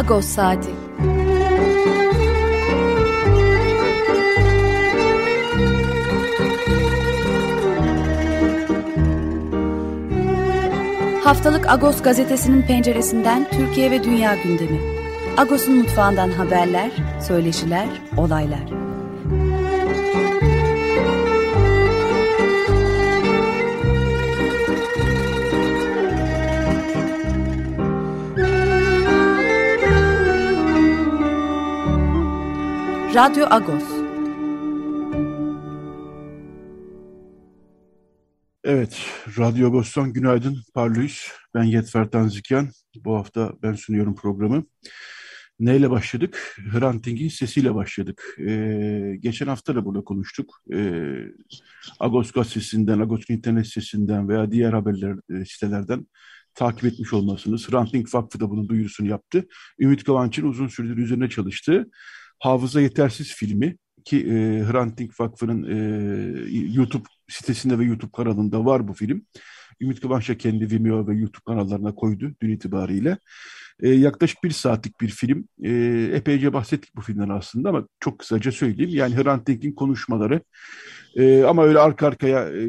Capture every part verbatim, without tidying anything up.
Agos Saati. Haftalık Agos gazetesinin penceresinden Türkiye ve dünya gündemi. Agos'un mutfağından haberler, söyleşiler, olaylar. Radyo Agos. Evet, Radyo Agos'tan günaydın, parlıyız. Ben Yetfer Tanzikyan. Bu hafta ben sunuyorum programı. Neyle başladık? Hrant Dink'in sesiyle başladık. Ee, geçen hafta da burada konuştuk. Ee, Agos gazetesinden, Agos internet sitesinden veya diğer haberler e, sitelerden takip etmiş olmalısınız. Hrant Dink Vakfı da bunun duyurusunu yaptı. Ümit Kıvanç'ın uzun süredir üzerine çalıştığı Hafıza Yetersiz filmi ki e, Hrant Dink Vakfı'nın e, YouTube sitesinde ve YouTube kanalında var bu film. Ümit Kıvanç da kendi Vimeo ve YouTube kanallarına koydu dün itibariyle. E, yaklaşık bir saatlik bir film. E, epeyce bahsettik bu filmden aslında ama çok kısaca söyleyeyim. Yani Hrant Dink'in konuşmaları e, ama öyle arka arkaya e,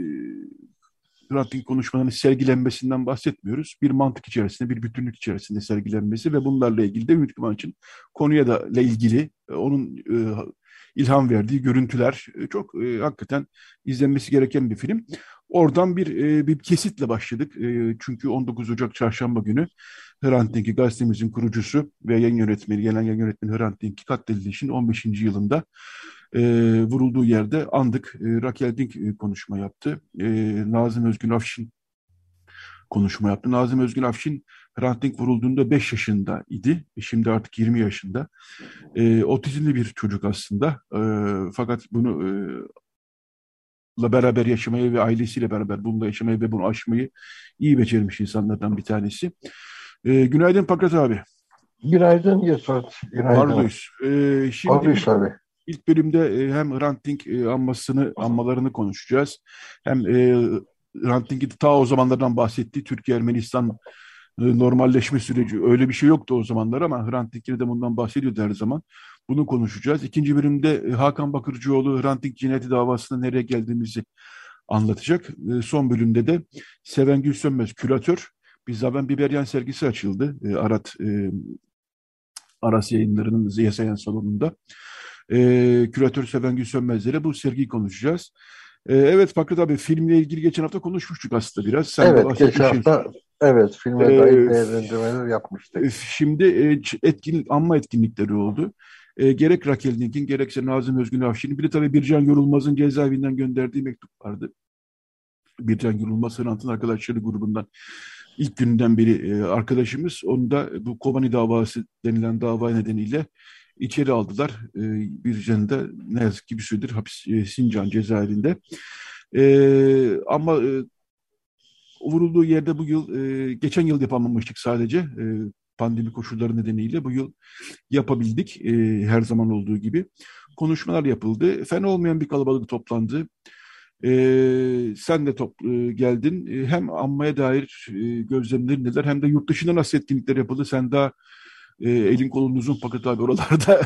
Hrant Dink konuşmalarının sergilenmesinden bahsetmiyoruz. Bir mantık içerisinde, bir bütünlük içerisinde sergilenmesi ve bunlarla ilgili de Ümit Kıvanç'ın konuya da ile ilgili onun e, ilham verdiği görüntüler e, çok e, hakikaten izlenmesi gereken bir film. Oradan bir e, bir kesitle başladık. E, çünkü on dokuz Ocak Çarşamba günü Hrant Dink'i gazetemizin kurucusu ve yayın yönetmeni, gelen yayın yönetmeni Hrant Dink'i katledilişin on beşinci yılında e, vurulduğu yerde andık. E, Raquel Dink e, konuşma yaptı. E, Nazım Özgün Afşin konuşma yaptı. Nazım Özgün Afşin Hrant Dink vurulduğunda beş yaşında idi. Şimdi artık yirmi yaşında. E, otizmli bir çocuk aslında. E, fakat bunu e, la beraber yaşamayı ve ailesiyle beraber bununla yaşamayı ve bunu aşmayı iyi becermiş insanlardan bir tanesi. E, günaydın Pakrat abi. Günaydın Yusuf. Günaydın. Parduyuz. E, şimdi Parduyuz abi. İlk bölümde e, hem Hrant Dink e, anmasını, anmalarını konuşacağız. Hem e, Hrant Dink'in ta o zamanlardan bahsettiği Türkiye-Ermenistan e, normalleşme süreci. Öyle bir şey yoktu o zamanlar ama Hrant Dink de bundan bahsediyordu her zaman. Bunu konuşacağız. İkinci bölümde e, Hakan Bakırcıoğlu Hrant Dink cinayeti davasında nereye geldiğimizi anlatacak. E, son bölümde de Seven Gül Sönmez, küratör. Bir Zaben Biberyan sergisi açıldı. E, Arat e, Aras Yayınları'nın Ziya Salonu'nda. Ee, küratör Seven Gül Sönmez'le bu sergiyi konuşacağız. Ee, evet Fakret abi, filmle ilgili geçen hafta konuşmuştuk aslında biraz. Sen evet geçen hafta evet filme ee, dair değerlendirmeler yapmıştık. Şimdi e, etkin, anma etkinlikleri oldu. E, gerek Raquel Dink'in gerekse Nazım Özgün Afşin'in bir de tabii Bircan Yorulmaz'ın cezaevinden gönderdiği mektup vardı. Bircan Yorulmaz Hrant'ın arkadaşları grubundan ilk günden beri e, arkadaşımız. Onu da bu Kobani davası denilen dava nedeniyle İçeri aldılar. E, Bircan'ı da ne yazık ki bir süredir hapis e, Sincan cezaevinde. E, ama e, vurulduğu yerde bu yıl, e, geçen yıl yapamamıştık sadece. E, pandemi koşulları nedeniyle bu yıl yapabildik. E, her zaman olduğu gibi. Konuşmalar yapıldı. Fena olmayan bir kalabalık toplandı. E, sen de top, e, geldin. E, hem anmaya dair e, gözlemlerin neler hem de yurt dışında nasıl etkinlikler yapıldı. Sen daha E, elin kolun uzun Pakrat abi oralarda.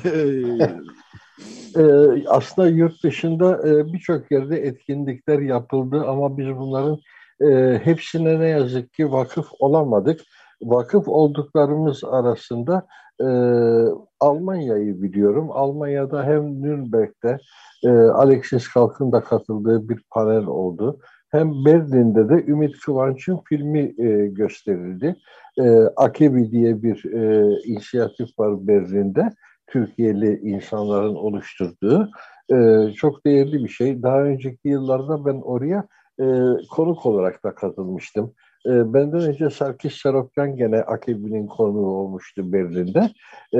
e, aslında yurt dışında e, birçok yerde etkinlikler yapıldı ama biz bunların e, hepsine ne yazık ki vakıf olamadık. Vakıf olduklarımız arasında e, Almanya'yı biliyorum. Almanya'da hem Nürnberg'de e, Alexis Kalk'ın da katıldığı bir panel oldu. Hem Berlin'de de Ümit Kıvanç'ın filmi e, gösterildi. E, Akebi diye bir e, inisiyatif var Berlin'de. Türkiye'li insanların oluşturduğu. E, çok değerli bir şey. Daha önceki yıllarda ben oraya e, konuk olarak da katılmıştım. E, benden önce Sarkis Sarokyan gene Akebi'nin konuğu olmuştu Berlin'de. E,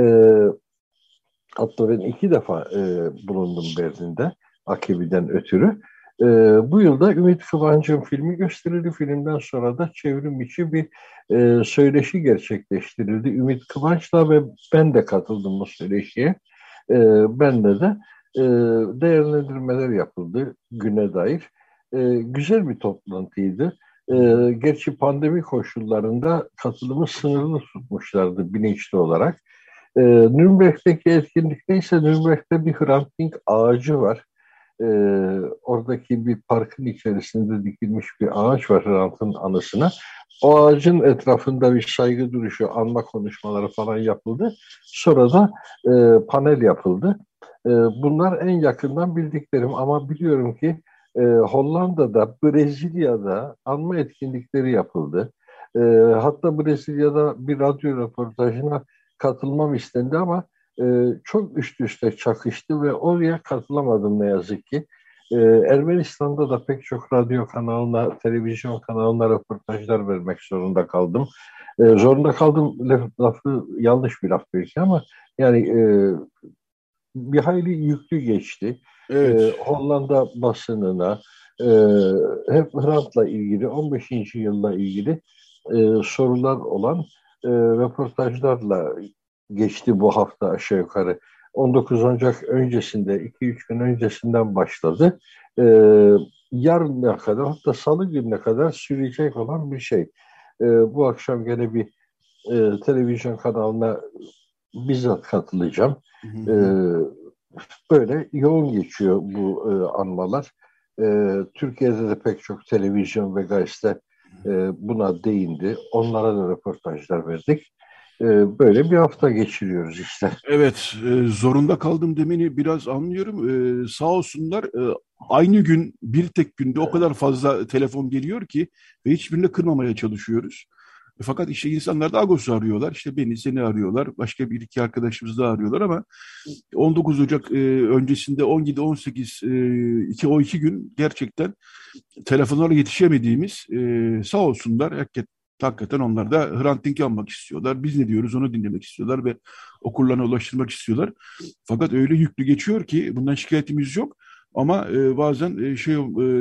hatta ben iki defa e, bulundum Berlin'de Akebi'den ötürü. Ee, bu yılda Ümit Kıvanç'ın filmi gösterildi. Filmden sonra da çevrim içi bir e, söyleşi gerçekleştirildi. Ümit Kıvanç'la ve ben de katıldım bu söyleşiye. E, benle de e, değerlendirmeler yapıldı güne dair. E, güzel bir toplantıydı. E, gerçi pandemi koşullarında katılımı sınırlı tutmuşlardı bilinçli olarak. E, Nürnberg'deki etkinlikte ise Nürnberg'de bir Hrant Dink ağacı var. E, oradaki bir parkın içerisinde dikilmiş bir ağaç var Hrant'ın anısına. O ağacın etrafında bir saygı duruşu, anma konuşmaları falan yapıldı. Sonra da e, panel yapıldı. E, bunlar en yakından bildiklerim ama biliyorum ki e, Hollanda'da, Brezilya'da anma etkinlikleri yapıldı. E, hatta Brezilya'da bir radyo röportajına katılmam istendi ama e, çok üst üste çakıştı ve oraya katılamadım ne yazık ki. E, Ermenistan'da da pek çok radyo kanalına, televizyon kanalına röportajlar vermek zorunda kaldım. E, zorunda kaldım laf- lafı yanlış bir laf belki ama yani e, bir hayli yüklü geçti. Evet. E, Hollanda basınına e, hep Hrant'la ilgili, on beşinci yılla ilgili e, sorular olan e, röportajlarla geçti bu hafta aşağı yukarı. on dokuz Ocak öncesinde, iki üç gün öncesinden başladı. E, yarına kadar, hatta Salı gününe kadar sürecek olan bir şey. E, bu akşam gene bir e, televizyon kanalına bizzat katılacağım. Hı E, hı. böyle yoğun geçiyor bu e, anmalar. E, Türkiye'de de pek çok televizyon ve gazete e, buna değindi. Onlara da röportajlar verdik. E, böyle bir hafta geçiriyoruz işte. Evet, e, zorunda kaldım demeni biraz anlıyorum. E, sağ olsunlar e, aynı gün bir tek günde o kadar fazla telefon geliyor ki ve hiçbirini kırmamaya çalışıyoruz. E, fakat işte insanlar da Agos'u arıyorlar. İşte beni, seni arıyorlar. Başka bir iki arkadaşımız da arıyorlar ama on dokuz Ocak e, öncesinde on yedi on sekiz e, iki o iki gün gerçekten telefonlara yetişemediğimiz e, sağ olsunlar. Hakikaten, hakikaten onlar da Hrant Dink'i almak istiyorlar. Biz ne diyoruz onu dinlemek istiyorlar ve okurlarına ulaştırmak istiyorlar. Fakat öyle yüklü geçiyor ki bundan şikayetimiz yok. Ama e, bazen e, şey e,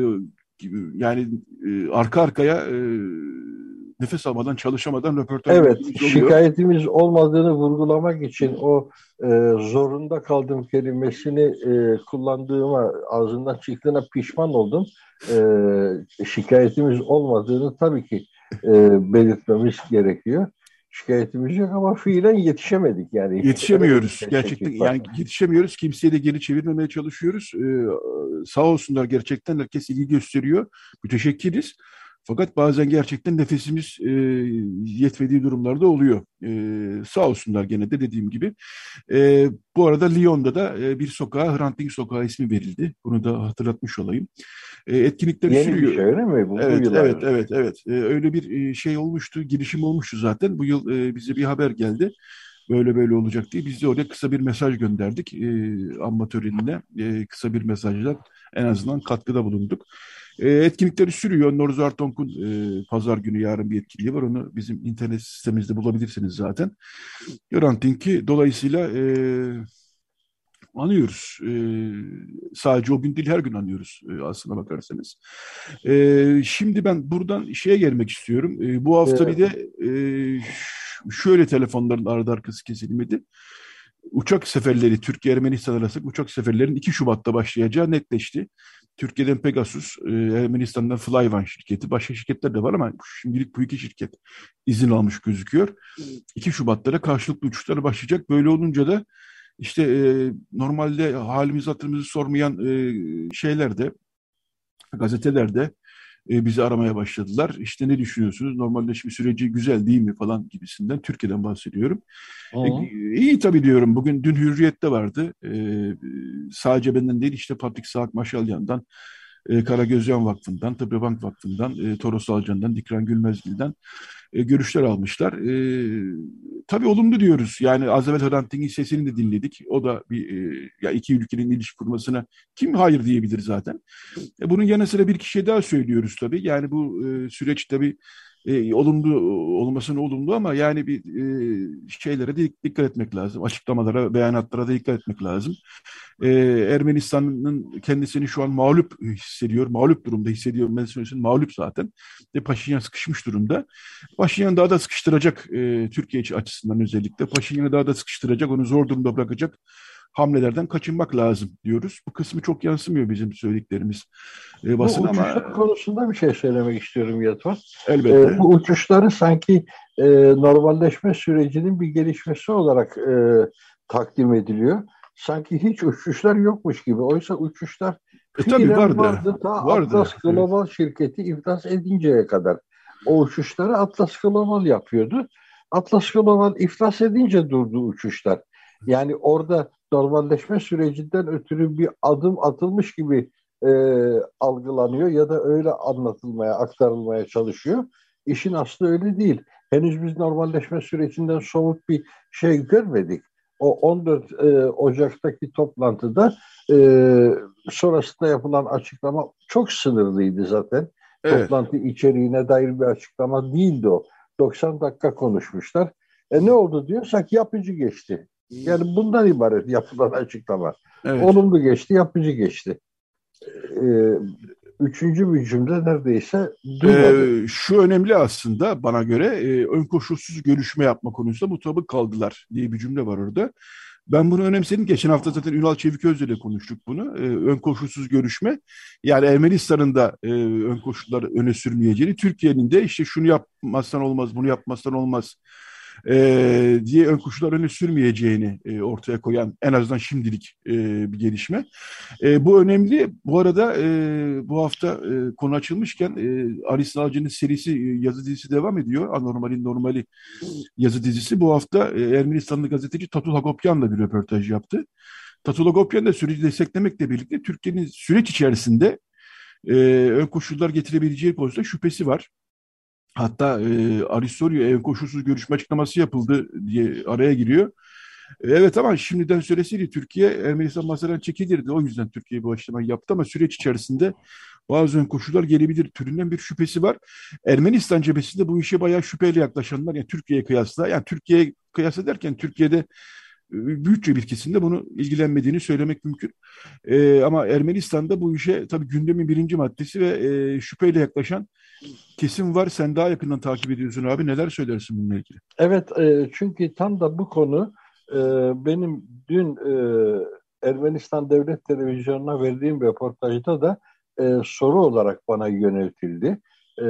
yani e, arka arkaya e, nefes almadan çalışamadan röportaj Evet, verdiğimiz oluyor. şikayetimiz olmadığını vurgulamak için o e, zorunda kaldığım kelimesini e, kullandığıma, ağzından çıktığına pişman oldum. E, şikayetimiz olmadığını tabii ki e, belirtmemiz gerekiyor. Şikayetimiz yok ama fiilen yetişemedik yani. Öyle bir Yetişemiyoruz gerçekten, gerçeklik var. yani yetişemiyoruz, kimseye de geri çevirmemeye çalışıyoruz. Ee, sağ olsunlar, gerçekten herkes ilgi gösteriyor, müteşekkiriz. Fakat bazen gerçekten nefesimiz e, yetmediği durumlarda oluyor. E, sağ olsunlar gene de dediğim gibi. E, bu arada Lyon'da da e, bir sokağa Hrant Dink Sokağı ismi verildi. Bunu da hatırlatmış olayım. E, etkinlikleri Yeni bir sürüyor. şey öyle mi? Bu, bu Evet, yıl evet, ayrılacak. evet, evet. Ee, öyle bir e, şey olmuştu, girişim olmuştu zaten. Bu yıl e, bize bir haber geldi. Böyle böyle olacak diye. Biz de oraya kısa bir mesaj gönderdik. E, anma törenine e, kısa bir mesajla en azından katkıda bulunduk. E, etkinlikleri sürüyor. Norzartonk'un e, pazar günü yarın bir etkinliği var. Onu bizim internet sitemizde bulabilirsiniz zaten. Hrant Dink'i dolayısıyla e, anıyoruz. Ee, sadece o gün değil, her gün anıyoruz e, aslına bakarsanız. Ee, şimdi ben buradan şeye gelmek istiyorum. Ee, bu hafta bir E, de e, şöyle telefonların ardı arkası kesilmedi. Uçak seferleri, Türkiye-Ermenistan arası uçak seferlerinin iki Şubat'ta başlayacağı netleşti. Türkiye'den Pegasus, e, Ermenistan'dan Flyone şirketi, başka şirketler de var ama şimdilik bu iki şirket izin almış gözüküyor. iki Şubat'ta da karşılıklı uçuşlar başlayacak. Böyle olunca da işte e, normalde halimizi hatırımızı sormayan e, şeylerde, gazetelerde e, bizi aramaya başladılar. İşte ne düşünüyorsunuz? Normalleşme süreci güzel değil mi falan gibisinden. Türkiye'den bahsediyorum. E, hı. iyi tabii diyorum. Bugün dün Hürriyet'te vardı. E, sadece benden değil, işte Patrik Saak Maşalyan'dan, e, Karagözyan Vakfı'ndan, Tıbbi Bank Vakfı'ndan, e, Toros Alcan'dan, Dikran Gülmezgil'den e, görüşler almışlar. E, tabii olumlu diyoruz. Yani az evvel Hrant Dink'in sesini de dinledik. O da bir e, ya iki ülkenin ilişki kurmasına kim hayır diyebilir zaten. E, bunun yanı sıra bir kişiye daha söylüyoruz tabii. Yani bu e, süreç tabii e, olumlu olmasına olumlu ama yani bir e, şeylere de dikkat etmek lazım. Açıklamalara, beyanatlara da dikkat etmek lazım. E, Ermenistan'ın kendisini şu an mağlup hissediyor. Mağlup durumda hissediyor. Ben söyleyeyim, mağlup zaten. Ve Paşinyan sıkışmış durumda. Paşinyan daha da sıkıştıracak e, Türkiye açısından özellikle. Paşinyan'ı daha da sıkıştıracak. Onu zor durumda bırakacak. hamlelerden kaçınmak lazım diyoruz. Bu kısmı çok yansımıyor bizim söylediklerimiz e, Bu basın ama uçuşlar konusunda bir şey söylemek istiyorum Yatvan. E, elbette. bu uçuşları sanki e, normalleşme sürecinin bir gelişmesi olarak e, takdim ediliyor. Sanki hiç uçuşlar yokmuş gibi. Oysa uçuşlar E tabii fiilen vardı. vardı ta Atlas Vardı. Evet. Global şirketi iflas edinceye kadar. O uçuşları Atlas Global yapıyordu. Atlas Global iflas edince durdu uçuşlar. Yani orada normalleşme sürecinden ötürü bir adım atılmış gibi e, algılanıyor ya da öyle anlatılmaya, aktarılmaya çalışıyor. İşin aslı öyle değil. Henüz biz normalleşme sürecinden somut bir şey görmedik. O on dört e, Ocak'taki toplantıda e, sonrasında yapılan açıklama çok sınırlıydı zaten. Evet. Toplantı içeriğine dair bir açıklama değildi o. doksan dakika konuşmuşlar. E ne oldu diyorsak yapıcı geçti. Yani bundan ibaret yapılan açıklama. Evet. Olumlu geçti, yapıcı geçti. Ee, üçüncü bir cümle neredeyse duymadım. Ee, şu önemli aslında bana göre e, ön koşulsuz görüşme yapma konusunda mutabık kaldılar diye bir cümle var orada. Ben bunu önemsedim. Geçen hafta zaten Ünal Çeviköz'le de konuştuk bunu. Ee, ön koşulsuz görüşme. Yani Ermenistan'ın da e, ön koşulları öne sürmeyeceğini, Türkiye'nin de işte şunu yapmazsan olmaz, bunu yapmazsan olmaz e, diye ön koşullar öne sürmeyeceğini e, ortaya koyan en azından şimdilik e, bir gelişme. E, bu önemli. Bu arada e, bu hafta e, konu açılmışken e, Ali Sınavcı'nın serisi e, yazı dizisi devam ediyor. Anormalin Normali yazı dizisi. Bu hafta e, Ermenistanlı gazeteci Tatul Hagopyan'la bir röportaj yaptı. Tatul Hagopyan da süreci desteklemekle birlikte Türkiye'nin süreç içerisinde e, ön koşullar getirebileceği konusunda şüphesi var. Hatta e, Aristorio ön koşulsuz görüşme açıklaması yapıldı diye araya giriyor. Evet ama şimdiden söyleseydi Türkiye Ermenistan masadan çekilirdi. O yüzden Türkiye bu açıklamayı yaptı ama süreç içerisinde bazı ön koşullar gelebilir türünden bir şüphesi var. Ermenistan cephesinde bu işe bayağı şüpheyle yaklaşanlar yani Türkiye'ye kıyasla yani Türkiye'ye kıyasla derken Türkiye'de e, büyükçe bir kesimde bunu ilgilenmediğini söylemek mümkün. Ee, ama Ermenistan'da bu işe tabii gündemin birinci maddesi ve e, şüpheyle yaklaşan kesim var. Sen daha yakından takip ediyorsun abi. Neler söylersin bununla ilgili? Evet, e, çünkü tam da bu konu e, benim dün e, Ermenistan Devlet Televizyonu'na verdiğim röportajda da e, soru olarak bana yöneltildi. E,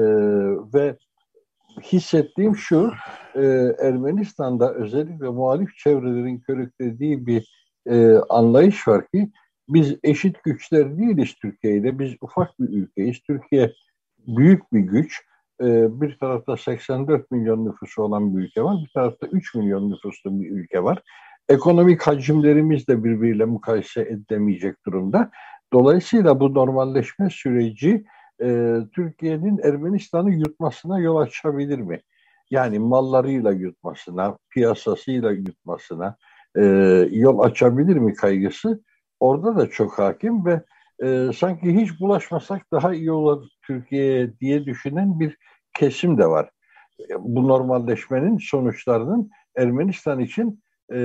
ve hissettiğim şu, e, Ermenistan'da özellikle muhalif çevrelerin körüklediği bir e, anlayış var ki biz eşit güçler değiliz Türkiye'de. Biz ufak bir ülkeyiz. Türkiye büyük bir güç. E, bir tarafta seksen dört milyon nüfusu olan bir ülke var. Bir tarafta üç milyon nüfuslu bir ülke var. Ekonomik hacimlerimiz de birbiriyle mukayese edilemeyecek durumda. Dolayısıyla bu normalleşme süreci e, Türkiye'nin Ermenistan'ı yutmasına yol açabilir mi? Yani mallarıyla yutmasına, piyasasıyla yutmasına e, yol açabilir mi kaygısı orada da çok hakim ve e, sanki hiç bulaşmasak daha iyi olur Türkiye'ye diye düşünen bir kesim de var. E, bu normalleşmenin sonuçlarının Ermenistan için e,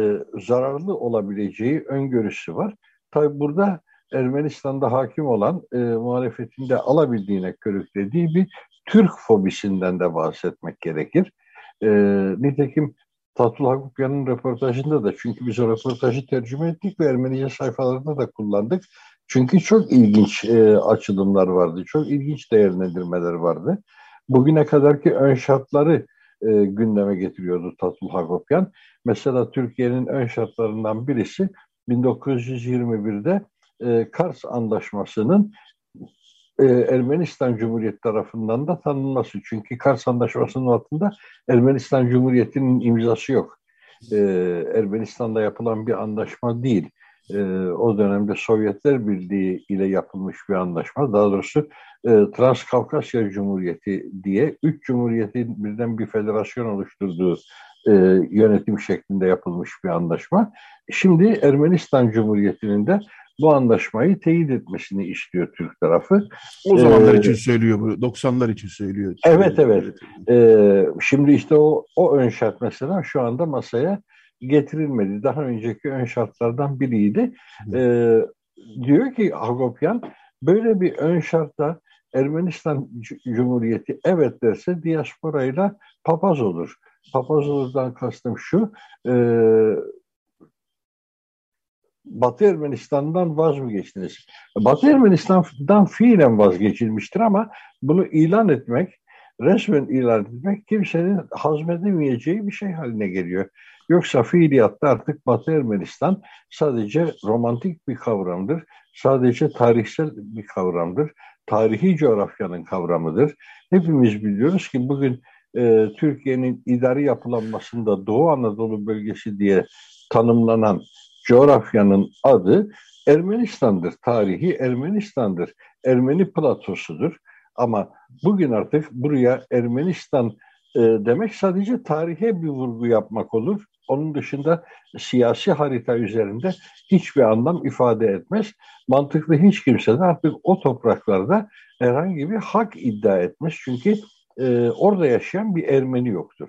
zararlı olabileceği öngörüsü var. Tabi burada Ermenistan'da hakim olan e, muhalefetinde alabildiğine körüklediği bir Türk fobisinden de bahsetmek gerekir. E, nitekim Tatul Hakupyan'ın röportajında da çünkü biz o röportajı tercüme ettik ve Ermenice sayfalarında da kullandık. Çünkü çok ilginç e, açılımlar vardı, çok ilginç değerlendirmeler vardı. Bugüne kadarki ön şartları e, gündeme getiriyordu Tatul Hakopyan. Mesela Türkiye'nin ön şartlarından birisi bin dokuz yüz yirmi birde e, Kars Anlaşması'nın e, Ermenistan Cumhuriyeti tarafından da tanınması. Çünkü Kars Anlaşması'nın altında Ermenistan Cumhuriyeti'nin imzası yok. E, Ermenistan'da yapılan bir anlaşma değil. E, o dönemde Sovyetler Birliği ile yapılmış bir anlaşma. Daha doğrusu e, Transkafkasya Cumhuriyeti diye üç cumhuriyetin birden bir federasyon oluşturduğu e, yönetim şeklinde yapılmış bir anlaşma. Şimdi Ermenistan Cumhuriyeti'nin de bu anlaşmayı teyit etmesini istiyor Türk tarafı. O zamanlar Ee, için söylüyor bu. doksanlar için söylüyor. evet evet. Ee, şimdi işte o, o ön şart mesela şu anda masaya getirilmedi. Daha önceki ön şartlardan biriydi. Ee, diyor ki Hagopian böyle bir ön şartta Ermenistan Cumhuriyeti evet derse diasporayla papaz olur. Papaz olurdan kastım şu, e, Batı Ermenistan'dan vaz mı geçtiniz? Batı Ermenistan'dan fiilen vazgeçilmiştir ama bunu ilan etmek, resmen ilan etmek kimsenin hazmedemeyeceği bir şey haline geliyor. Yoksa fiiliyatta artık Batı Ermenistan sadece romantik bir kavramdır, sadece tarihsel bir kavramdır, tarihi coğrafyanın kavramıdır. Hepimiz biliyoruz ki bugün e, Türkiye'nin idari yapılanmasında Doğu Anadolu bölgesi diye tanımlanan coğrafyanın adı Ermenistan'dır. Tarihi Ermenistan'dır. Ermeni platosudur. Ama bugün artık buraya Ermenistan e, demek sadece tarihe bir vurgu yapmak olur. Onun dışında siyasi harita üzerinde hiçbir anlam ifade etmez. Mantıklı hiç kimse de artık o topraklarda herhangi bir hak iddia etmez. Çünkü e, orada yaşayan bir Ermeni yoktur.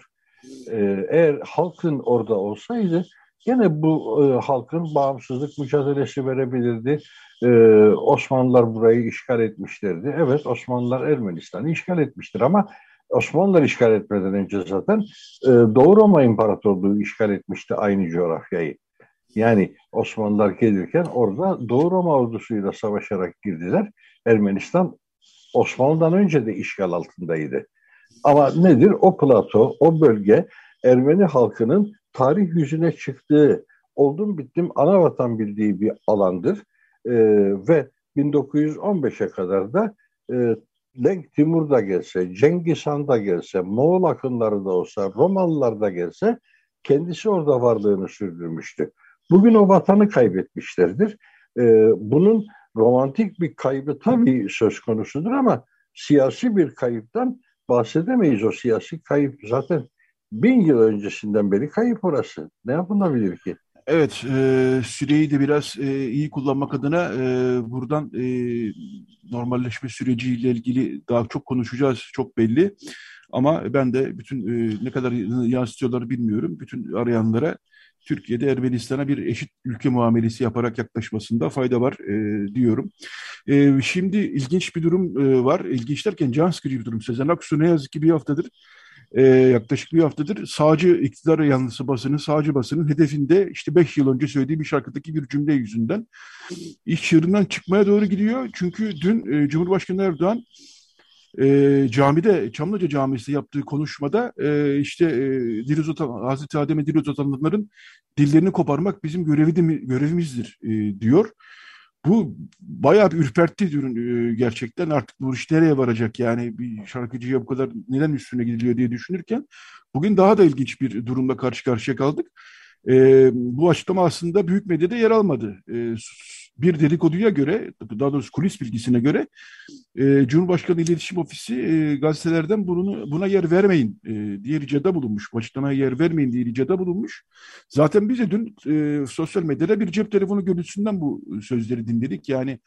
E, eğer halkın orada olsaydı gene bu e, halkın bağımsızlık mücadelesi verebilirdi. E, Osmanlılar burayı işgal etmişlerdi. Evet, Osmanlılar Ermenistan'ı işgal etmiştir ama Osmanlılar işgal etmeden önce zaten e, Doğu Roma İmparatorluğu işgal etmişti aynı coğrafyayı. Yani Osmanlılar gelirken orada Doğu Roma ordusuyla savaşarak girdiler. Ermenistan Osmanlı'dan önce de işgal altındaydı. Ama nedir? O plato, o bölge Ermeni halkının tarih yüzüne çıktığı, oldum bittim ana vatan bildiği bir alandır. Ee, ve bin dokuz yüz on beşe kadar da e, Lenk Timur da gelse, Cengiz Han da gelse, Moğol akınları da olsa, Romalılar da gelse kendisi orada varlığını sürdürmüştü. Bugün o vatanı kaybetmişlerdir. Ee, bunun romantik bir kaybı tabii söz konusudur ama siyasi bir kayıptan bahsedemeyiz. O siyasi kayıp zaten bin yıl öncesinden beri kayıp orası. Ne yapılabilir ki? Evet, e, süreyi de biraz e, iyi kullanmak adına e, buradan e, normalleşme süreciyle ilgili daha çok konuşacağız, çok belli. Ama ben de bütün e, ne kadar yansıtıyorlar bilmiyorum. Bütün arayanlara Türkiye'de Ermenistan'a bir eşit ülke muamelesi yaparak yaklaşmasında fayda var e, diyorum. E, şimdi ilginç bir durum e, var. İlginç derken can sıkıcı bir durum. Sezen Aksu ne yazık ki bir haftadır e, yaklaşık bir haftadır sağcı iktidar yanlısı basının, sağcı basının hedefinde işte beş yıl önce söylediği bir şarkıdaki bir cümle yüzünden iş çığırından çıkmaya doğru gidiyor. Çünkü dün e, Cumhurbaşkanı Erdoğan e, camide, Çamlıca Camisi'de yaptığı konuşmada e, işte e, dil uzatan, Hazreti Adem'e dil uzatanların dillerini koparmak bizim görevi, görevimizdir e, diyor. Bu bayağı bir ürpertti ürün, e, gerçekten. Artık bu iş nereye varacak, yani bir şarkıcıya bu kadar neden üstüne gidiliyor diye düşünürken bugün daha da ilginç bir durumla karşı karşıya kaldık. E, bu açıklama aslında büyük medyada yer almadı. E, bir dedikoduya göre, daha doğrusu kulis bilgisine göre e, Cumhurbaşkanı İletişim Ofisi e, gazetelerden bunu, buna yer vermeyin e, diye ricada bulunmuş. Bu açıklamaya yer vermeyin diye ricada bulunmuş. Zaten biz de dün e, sosyal medyada bir cep telefonu görüntüsünden bu sözleri dinledik. Yani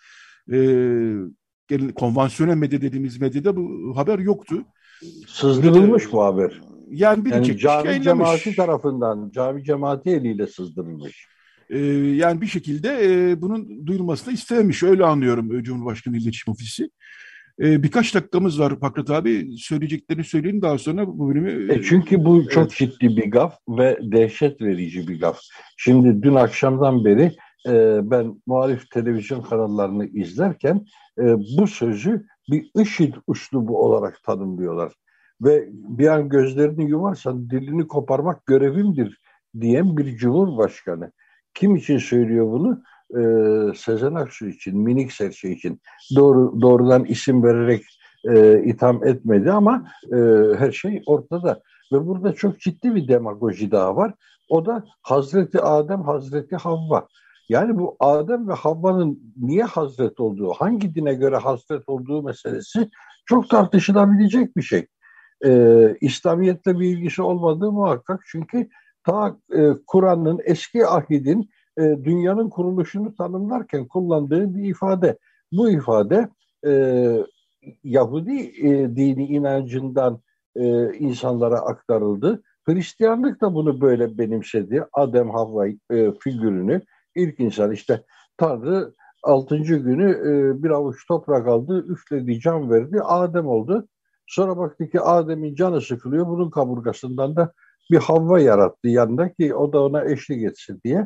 e, konvansiyonel medya dediğimiz medyada bu haber yoktu. Sızdırılmış de, bu haber. Yani biri yani çekmiş, cami yayınlamış. Cemaati tarafından, cami cemaati eliyle sızdırılmış. Ee, yani bir şekilde e, bunun duyulmasını istememiş. Öyle anlıyorum e, Cumhurbaşkanı İletişim Ofisi. E, birkaç dakikamız var Pakrat abi. Söyleyeceklerini söyleyin, daha sonra bu bölümü... E çünkü bu evet. çok ciddi bir gaf ve dehşet verici bir gaf. Şimdi dün akşamdan beri e, ben muhalif televizyon kanallarını izlerken e, bu sözü bir IŞİD üslubu olarak tanımlıyorlar. Ve bir an gözlerini yumarsan dilini koparmak görevimdir diyen bir cumhurbaşkanı. Kim için söylüyor bunu? Ee, Sezen Aksu için, minik serçe için. Doğru, doğrudan isim vererek e, itham etmedi ama e, her şey ortada. Ve burada çok ciddi bir demagoji daha var. O da Hazreti Adem, Hazreti Havva. Yani bu Adem ve Havva'nın niye Hazret olduğu, hangi dine göre Hazret olduğu meselesi çok tartışılabilecek bir şey. Ee, İslamiyet'le bir ilgisi olmadığı muhakkak. Çünkü ta e, Kur'an'ın, eski ahidin e, dünyanın kuruluşunu tanımlarken kullandığı bir ifade. Bu ifade e, Yahudi e, dini inancından e, insanlara aktarıldı. Hristiyanlık da bunu böyle benimsedi. Adem Havva e, figürünü, ilk insan işte Tanrı altıncı günü e, bir avuç toprak aldı, üfledi, can verdi, Adem oldu. Sonra baktı ki Adem'in canı sıkılıyor, bunun kaburgasından da bir Havva yarattı yanında ki o da ona eşlik etsin diye.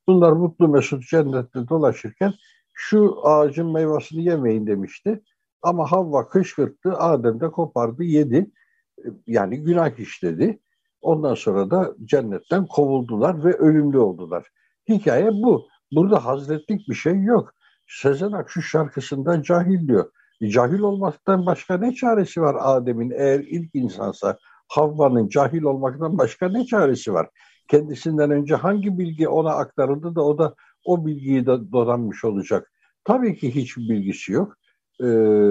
Bunlar mutlu mesut cennette dolaşırken şu ağacın meyvasını yemeyin demişti. Ama Havva kışkırttı, Adem de kopardı, yedi. Yani günah işledi. Ondan sonra da cennetten kovuldular ve ölümlü oldular. Hikaye bu. Burada hazretlik bir şey yok. Sezen Aksu şarkısında cahil diyor. Cahil olmaktan başka ne çaresi var Adem'in? Eğer ilk insansa Havva'nın cahil olmaktan başka ne çaresi var? Kendisinden önce hangi bilgi ona aktarıldı da o da o bilgiyi de donanmış olacak? Tabii ki hiçbir bilgisi yok. Ee,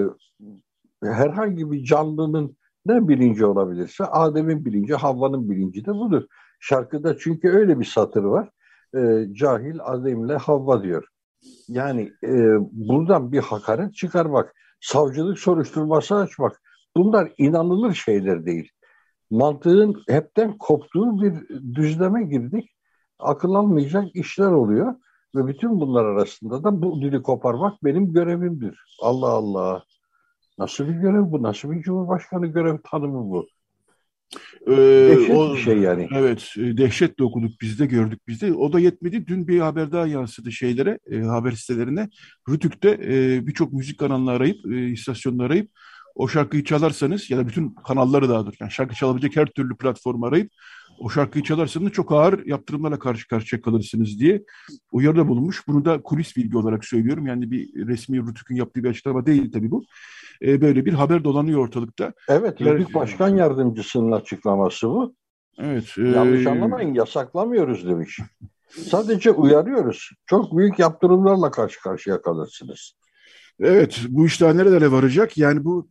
herhangi bir canlının ne bilinci olabilirse Adem'in bilinci, Havva'nın bilinci de budur. Şarkıda çünkü öyle bir satır var. Ee, cahil Adem'le Havva diyor. Yani e, buradan bir hakaret çıkarmak, savcılık soruşturması açmak, bunlar inanılır şeyler değil. Mantığın hepten koptuğu bir düzleme girdik. Akıl almayacak işler oluyor ve bütün bunlar arasında da bu dili koparmak benim görevimdir. Allah Allah. Nasıl bir görev bu? Nasıl bir Cumhurbaşkanı görev tanımı bu? Ee, Dehşet o, bir şey yani. Evet, dehşetle okuduk biz de, gördük biz de. O da yetmedi. Dün bir haber daha yansıdı şeylere, e, haber sitelerine. Rütük'te e, birçok müzik kanalını arayıp, e, istasyonunu arayıp o şarkıyı çalarsanız ya da bütün kanalları daha doğrusu, yani şarkı çalabilecek her türlü platformu arayıp o şarkıyı çalarsanız çok ağır yaptırımlarla karşı karşıya kalırsınız diye uyarıda bulunmuş. Bunu da kulis bilgi olarak söylüyorum. Yani bir resmi Rütük'ün yaptığı bir açıklama değil tabii bu. E, böyle bir haber dolanıyor ortalıkta. Evet, Rütük Başkan Yardımcısının açıklaması bu. Evet. E, Yanlış anlamayın, yasaklamıyoruz demiş. Sadece uyarıyoruz. Çok büyük yaptırımlarla karşı karşıya kalırsınız. Evet, bu işler nerelere varacak? Yani bu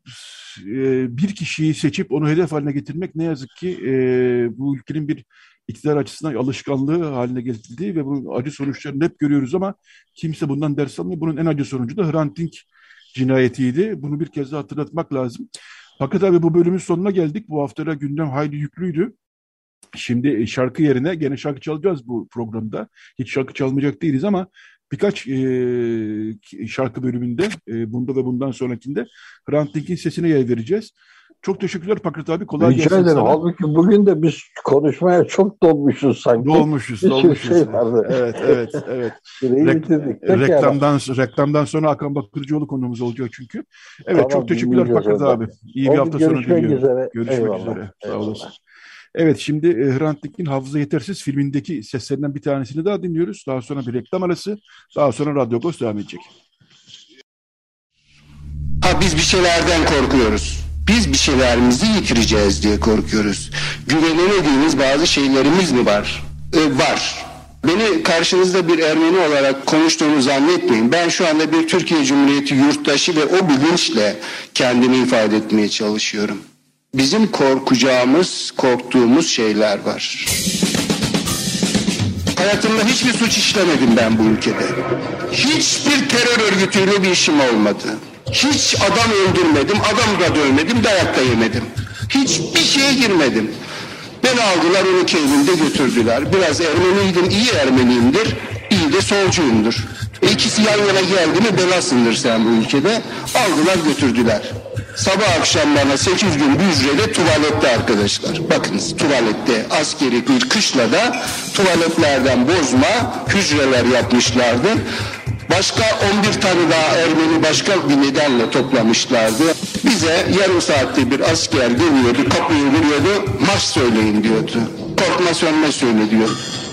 e, bir kişiyi seçip onu hedef haline getirmek ne yazık ki e, bu ülkenin bir iktidar açısından alışkanlığı haline getirildiği ve bunun acı sonuçlarını hep görüyoruz ama kimse bundan ders almıyor. Bunun en acı sonucu da Hrant Dink cinayetiydi. Bunu bir kez daha hatırlatmak lazım. Fakat abi bu bölümün sonuna geldik. Bu haftada gündem hayli yüklüydü. Şimdi şarkı yerine gene şarkı çalacağız bu programda. Hiç şarkı çalmayacak değiliz ama birkaç e, şarkı bölümünde, e, bunda ve bundan sonrakinde Hrant Dink'in sesine yer vereceğiz. Çok teşekkürler Pakrat abi. Kolay Rica gelsin ederim. sana. Halbuki bugün de biz konuşmaya çok dolmuşuz sanki. Dolmuşuz, Bir dolmuşuz. şey vardı. Evet, evet, evet. Süreyi Rek- bitirdik. reklamdan, reklamdan sonra Hakan Bakırcıoğlu konuğumuz olacak çünkü. Evet, Tamam, çok teşekkürler Pakrat abi. İyi bir hafta sonu diliyorum. Görüşmek üzere. Görüşmek Eyvallah. üzere. Sağ Eyvallah. olasın. Evet, şimdi e, Hrant Dink'in Hafıza Yetersiz filmindeki seslerinden bir tanesini daha dinliyoruz. Daha sonra bir reklam arası. Daha sonra Radyo Agos devam edecek. Ha biz bir şeylerden korkuyoruz. Biz bir şeylerimizi yitireceğiz diye korkuyoruz. Güvenemediğimiz bazı şeylerimiz mi var? Ee, var. Beni karşınızda bir Ermeni olarak konuştuğumu zannetmeyin. Ben şu anda bir Türkiye Cumhuriyeti yurttaşı ve o bilinçle kendimi ifade etmeye çalışıyorum. Bizim korkacağımız, korktuğumuz şeyler var. Hayatımda hiçbir suç işlemedim ben bu ülkede. Hiçbir terör örgütüyle bir işim olmadı. Hiç adam öldürmedim, adam da dövmedim, dayak da yemedim. Hiçbir şeye girmedim. Beni aldılar, on iki Eylül'de götürdüler. Biraz Ermeniydim, iyi Ermeniyimdir, iyi de solcuyumdur. E ikisi yan yana geldi mi belasındır sen bu ülkede. Aldılar götürdüler. Sabah akşam bana sekiz gün bir hücrede tuvalette arkadaşlar. Bakınız tuvalette askeri bir kışlada tuvaletlerden bozma hücreler yapmışlardı. Başka on bir tane daha Ermeni başka bir nedenle toplamışlardı. Bize yarım saatte bir asker geliyordu, kapıyı vuruyordu, marş söyleyin diyordu. Korkma sönme söyle diyor.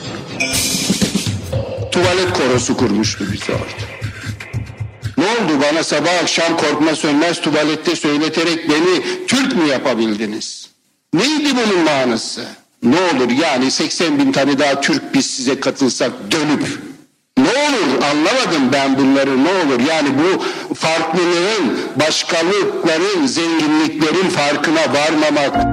Tuvalet korosu kurmuştu bize orada. Ne oldu bana sabah akşam korkma sönmez tuvalette söyleterek beni Türk mü yapabildiniz? Neydi bunun manası? Ne olur yani seksen bin tane daha Türk biz size katılsak dönüp ne olur anlamadım ben bunları ne olur yani bu farklılığın, başkalıkların, zenginliklerin farkına varmamak.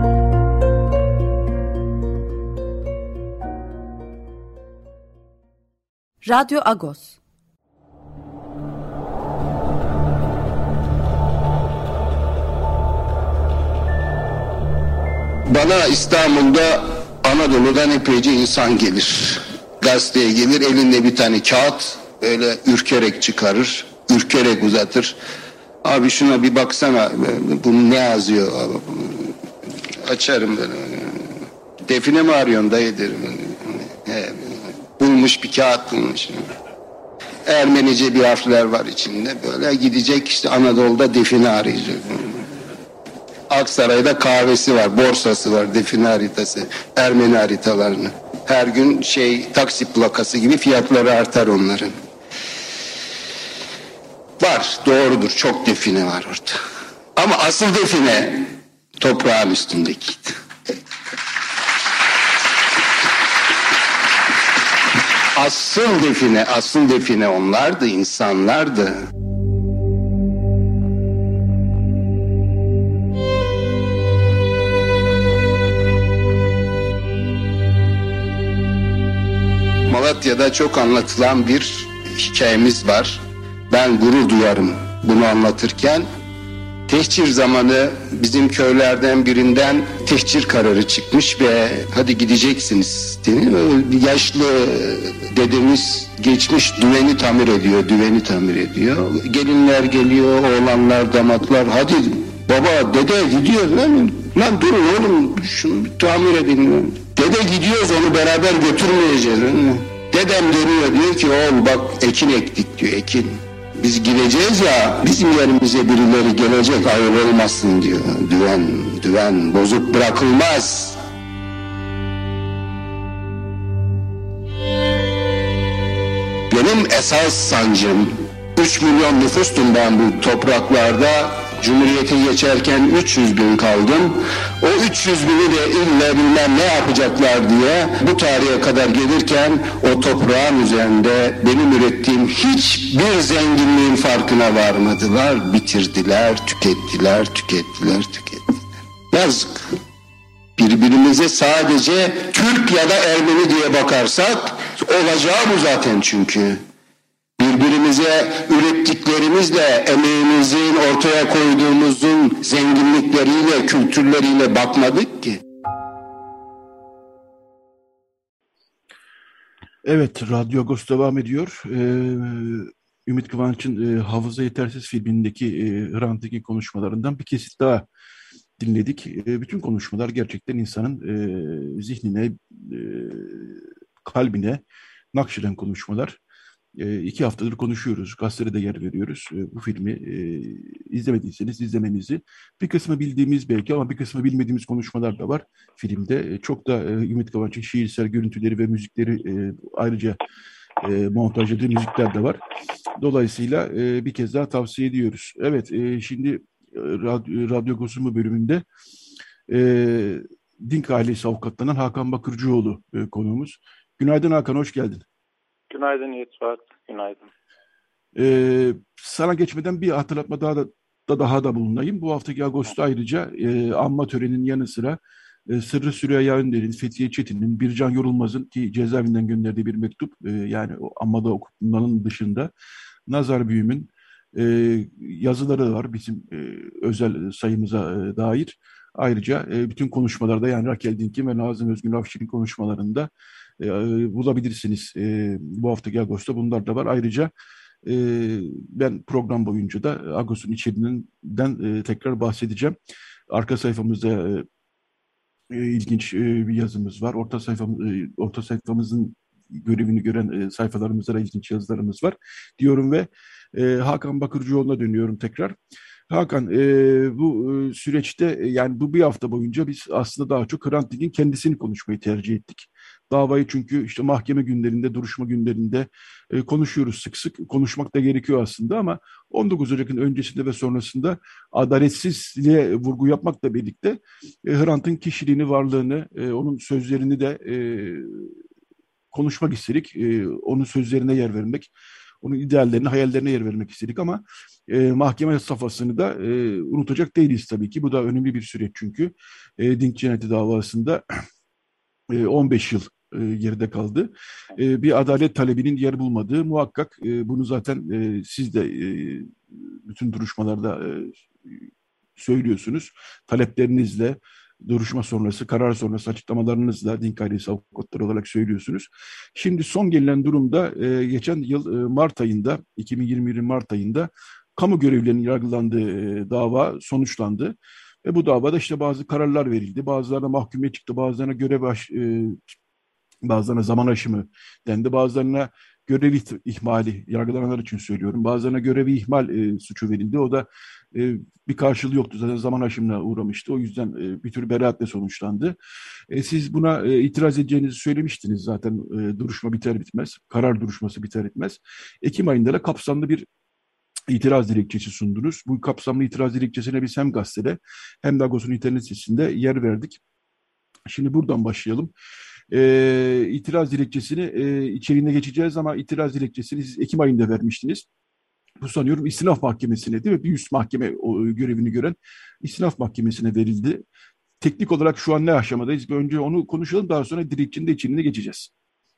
Radyo Agos. Bana İstanbul'da Anadolu'dan epeyce insan gelir. Gazeteye gelir elinde bir tane kağıt böyle ürkerek çıkarır, ürkerek uzatır. Abi şuna bir baksana bunu ne yazıyor? Açarım böyle. Define mi arıyorsun dayı derim. He, bulmuş Gümüş bir kağıt bulmuş. Ermenice bir harfler var içinde. Böyle gidecek işte Anadolu'da define arayacak. Aksaray'da kahvesi var, borsası var, define haritası, Ermeni haritalarını. Her gün şey taksi plakası gibi fiyatları artar onların. Var, doğrudur, çok define var orada. Ama asıl define toprağın üstündekiydi. Asıl define, asıl define onlardı, insanlardı. Malatya'da çok anlatılan bir hikayemiz var. Ben gurur duyarım bunu anlatırken. Tehcir zamanı bizim köylerden birinden tehcir kararı çıkmış ve hadi gideceksiniz deniyor. Yaşlı dedemiz geçmiş düveni tamir ediyor, düveni tamir ediyor. Gelinler geliyor, oğlanlar, damatlar, hadi baba, dede gidiyor lan. Lan durun oğlum, şunu bir tamir edin lan. Dede gidiyoruz, onu beraber götürmeyeceğiz. Dedem dönüyor, diyor ki oğul bak ekin ektik diyor, ekin. Biz gideceğiz ya, bizim yerimize birileri gelecek, ayıp olmasın diyor. Düven, düven bozuk bırakılmaz. Benim esas sancım, üç milyon nüfustum ben bu topraklarda. Cumhuriyete geçerken üç yüz bin kaldım. O üç yüz bini de illa bilmem ne yapacaklar diye bu tarihe kadar gelirken o toprağın üzerinde benim ürettiğim hiçbir zenginliğin farkına varmadılar. Bitirdiler, tükettiler, tükettiler, tükettiler. Yazık. Birbirimize sadece Türk ya da Ermeni diye bakarsak olacağı bu zaten çünkü. Birbirimize ürettiklerimizle, emeğimizin ortaya koyduğumuzun zenginlikleriyle, kültürleriyle bakmadık ki. Evet, Radyo Agos devam ediyor. Ee, Ümit Kıvanç'ın e, Hafıza Yetersiz filmindeki e, Hrant Dink'in konuşmalarından bir kesit daha dinledik. E, bütün konuşmalar gerçekten insanın e, zihnine, e, kalbine nakşeden konuşmalar. E, iki haftadır konuşuyoruz, gazetede de yer veriyoruz. E, bu filmi e, izlemediyseniz izlemenizi, bir kısmı bildiğimiz belki ama bir kısmı bilmediğimiz konuşmalar da var filmde. E, çok da e, Ümit Kıvanç'ın şiirsel görüntüleri ve müzikleri e, ayrıca e, montajladığı müzikler de var. Dolayısıyla e, bir kez daha tavsiye ediyoruz. Evet, e, şimdi e, Radyo, Radyo Gosumu bölümünde e, Dink ailesi avukatlanan Hakan Bakırcıoğlu e, konuğumuz. Günaydın Hakan, hoş geldin. Günaydın Yetvart, günaydın. Ee, sana geçmeden bir hatırlatma daha da, da daha da bulunayım. Bu haftaki Ağustos'ta ayrıca e, anma töreninin yanı sıra e, Sırrı Süreyya Önder'in, Fethiye Çetin'in, Bircan Yorulmaz'ın ki cezaevinden gönderdiği bir mektup, e, yani o anmada okutulanın dışında Nazarbüyüm'ün e, yazıları var bizim e, özel sayımıza e, dair. Ayrıca e, bütün konuşmalarda, yani Rakel Dink'in ve Nazım Özgün Afşin'in konuşmalarında e, bulabilirsiniz. E, bu haftaki Ağustos'ta bunlar da var. Ayrıca e, ben program boyunca da Ağustos'un içeriğinden e, tekrar bahsedeceğim. Arka sayfamızda e, e, ilginç e, bir yazımız var. Orta sayfamız, e, orta sayfamızın görevini gören e, sayfalarımızda da ilginç yazılarımız var diyorum ve e, Hakan Bakırcıoğlu'na dönüyorum tekrar. Hakan, e, bu e, süreçte e, yani bu bir hafta boyunca biz aslında daha çok Hrant Dink'in kendisini konuşmayı tercih ettik. Davayı çünkü işte mahkeme günlerinde, duruşma günlerinde e, konuşuyoruz sık sık. Konuşmak da gerekiyor aslında ama on dokuz Ocak'ın öncesinde ve sonrasında adaletsizliğe vurgu yapmakla birlikte e, Hrant'ın kişiliğini, varlığını, e, onun sözlerini de e, konuşmak istedik. E, onun sözlerine yer vermek, onun ideallerine, hayallerine yer vermek istedik ama e, mahkeme safhasını da e, unutacak değiliz tabii ki. Bu da önemli bir süreç çünkü. E, Dink cinayeti davasında e, on beş yıl e, geride kaldı. E, bir adalet talebinin yer bulmadığı muhakkak. E, bunu zaten e, siz de e, bütün duruşmalarda e, söylüyorsunuz. Taleplerinizle, duruşma sonrası, karar sonrası açıklamalarınızla Dink ailesi avukatları olarak söylüyorsunuz. Şimdi son gelinen durumda e, geçen yıl e, Mart ayında, iki bin yirmi bir Mart ayında kamu görevlilerinin yargılandığı e, dava sonuçlandı. Ve bu davada işte bazı kararlar verildi. Bazılarına mahkumiyet çıktı, bazılarına görev baş, e, Bazılarına zaman aşımı dendi, bazılarına görev ih- ihmali, yargılananlar için söylüyorum. Bazılarına görevi ihmal e, suçu verildi. O da e, bir karşılığı yoktu. Zaten zaman aşımına uğramıştı. O yüzden e, bir tür beraatle sonuçlandı. E, siz buna e, itiraz edeceğinizi söylemiştiniz zaten, e, duruşma biter bitmez. Karar duruşması biter bitmez. Ekim ayında da kapsamlı bir itiraz dilekçesi sundunuz. Bu kapsamlı itiraz dilekçesine biz hem gazetede hem de Agos'un internet sitesinde yer verdik. Şimdi buradan başlayalım. E, itiraz dilekçesini e, içeriğine geçeceğiz ama itiraz dilekçesini siz Ekim ayında vermiştiniz. Bu sanıyorum İstinaf Mahkemesi'ne, değil mi? Bir üst mahkeme o, görevini gören İstinaf Mahkemesi'ne verildi. Teknik olarak şu an ne aşamadayız? Bir önce onu konuşalım, daha sonra dilekçenin de içeriğine geçeceğiz.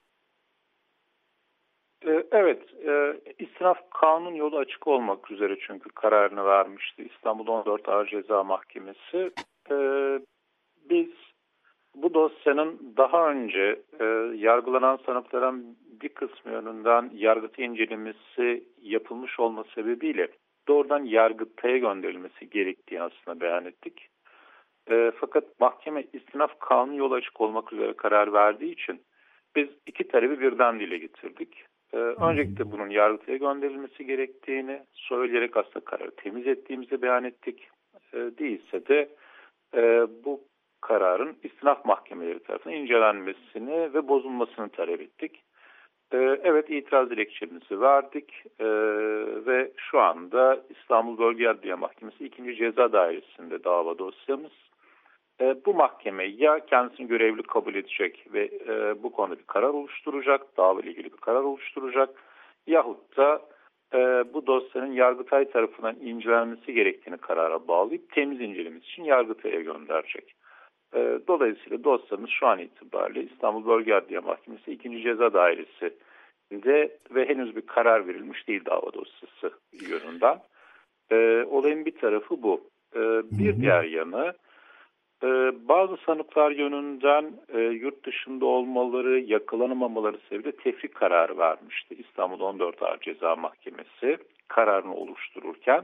Ee, Evet, e, istinaf kanun yolu açık olmak üzere çünkü kararını vermişti İstanbul on dört Ağır Ceza Mahkemesi. Ee, Biz bu dosyanın daha önce e, yargılanan sanıkların bir kısmı yönünden Yargıtay incelemesi yapılmış olma sebebiyle doğrudan Yargıtay'a gönderilmesi gerektiğini aslında beyan ettik. E, fakat mahkeme istinaf kanun yolu açık olmak üzere karar verdiği için biz iki talebi birden dile getirdik. E, öncelikle bunun Yargıtay'a gönderilmesi gerektiğini söyleyerek aslında kararı temiz ettiğimizi beyan ettik. E, değilse de e, bu kararın istinaf mahkemeleri tarafından incelenmesini ve bozulmasını talep ettik. Ee, evet, itiraz dilekçemizi verdik ee, ve şu anda İstanbul Bölge Adliye Mahkemesi ikinci Ceza Dairesi'nde dava dosyamız. Ee, bu mahkeme ya kendisini görevli kabul edecek ve e, bu konuda bir karar oluşturacak, dava ile ilgili bir karar oluşturacak, yahut da e, bu dosyanın Yargıtay tarafından incelenmesi gerektiğini karara bağlayıp temiz incelemesi için Yargıtay'a gönderecek. Dolayısıyla dosyamız şu an itibariyle İstanbul Bölge Adliye Mahkemesi ikinci Ceza Dairesi de ve henüz bir karar verilmiş değil dava dosyası yönünden. E, olayın bir tarafı bu. E, bir diğer yanı e, bazı sanıklar yönünden e, yurt dışında olmaları, yakalanamamaları sebebiyle tefrik kararı vermişti İstanbul on dört Ağır Ceza Mahkemesi kararını oluştururken.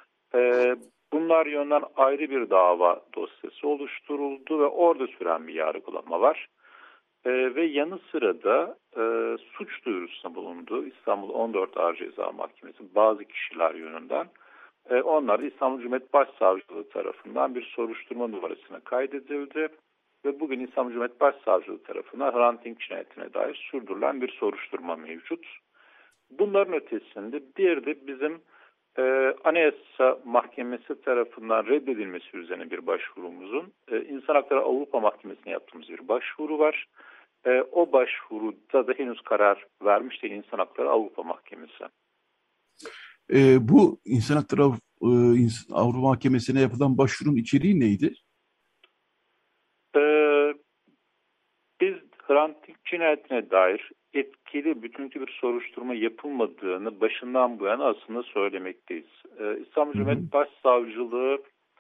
E, Bunlar yönünden ayrı bir dava dosyası oluşturuldu ve orada süren bir yargılama var. Ee, ve yanı sıra da e, suç duyurusunda bulundu İstanbul on dört Ağır Ceza Mahkemesi bazı kişiler yönünden. E, onlar da İstanbul Cumhuriyet Başsavcılığı tarafından bir soruşturma numarasına kaydedildi. Ve bugün İstanbul Cumhuriyet Başsavcılığı tarafından Hrant Dink cinayetine dair sürdürülen bir soruşturma mevcut. Bunların ötesinde bir de bizim Ee, Anayasa Mahkemesi tarafından reddedilmesi üzerine bir başvurumuzun e, İnsan Hakları Avrupa Mahkemesi'ne yaptığımız bir başvuru var. E, o başvuruda da henüz karar vermiş değil İnsan Hakları Avrupa Mahkemesi. E, bu İnsan Hakları e, Avrupa Mahkemesi'ne yapılan başvurun içeriği neydi? E, biz Hrant Dink cinayetine dair etkili, bütüncül bir soruşturma yapılmadığını başından bu yana aslında söylemekteyiz. Ee, İstanbul Cumhuriyet Başsavcılığı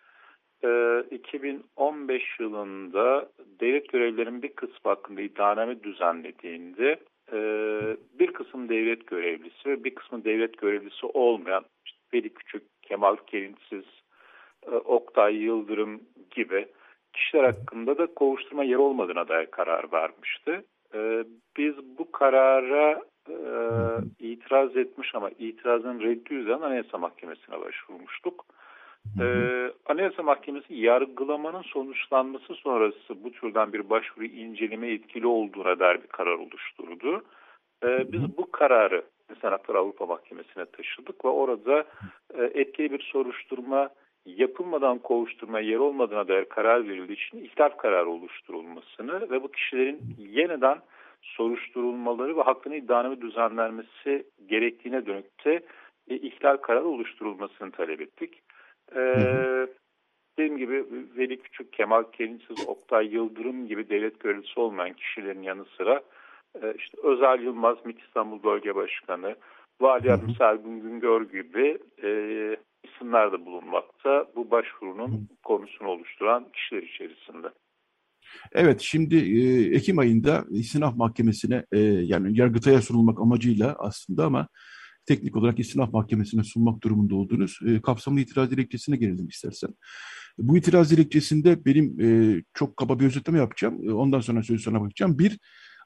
e, iki bin on beş yılında devlet görevlilerinin bir kısmı hakkında iddianame düzenlediğinde e, bir kısım devlet görevlisi ve bir kısmı devlet görevlisi olmayan işte Veli Küçük, Kemal Kelinsiz, e, Oktay Yıldırım gibi kişiler hakkında da kovuşturma yeri olmadığına dair karar vermişti. Ee, biz bu karara e, itiraz etmiş ama itirazın reddi üzerine Anayasa Mahkemesi'ne başvurmuştuk. Ee, Anayasa Mahkemesi yargılamanın sonuçlanması sonrası bu türden bir başvuru inceleme etkili olduğuna dair bir karar oluşturdu. Ee, biz bu kararı İnsan Hakları Avrupa Mahkemesi'ne taşıdık ve orada e, etkili bir soruşturma yapılmadan kovuşturma yer olmadığına dair karar verildiği için ihlal kararı oluşturulmasını ve bu kişilerin yeniden soruşturulmaları ve hakkında iddianame düzenlenmesi gerektiğine dönük de e, ihlal kararı oluşturulmasını talep ettik. Ee, dediğim gibi Veli Küçük, Kemal Kelinsiz, Oktay Yıldırım gibi devlet görevlisi olmayan kişilerin yanı sıra e, işte Özel Yılmaz, MİT İstanbul Bölge Başkanı, Vali Yardımcısı Ergun Güngör gibi e, isimler de bulunmakta bu başvurunun konusunu oluşturan kişiler içerisinde. Evet, şimdi e, Ekim ayında İstinaf Mahkemesi'ne e, yani Yargıtay'a sunulmak amacıyla aslında ama teknik olarak İstinaf Mahkemesi'ne sunmak durumunda olduğunuz e, kapsamlı itiraz dilekçesine gelelim istersen. Bu itiraz dilekçesinde benim e, çok kaba bir özetleme yapacağım. E, ondan sonra sözü sana bakacağım. Bir,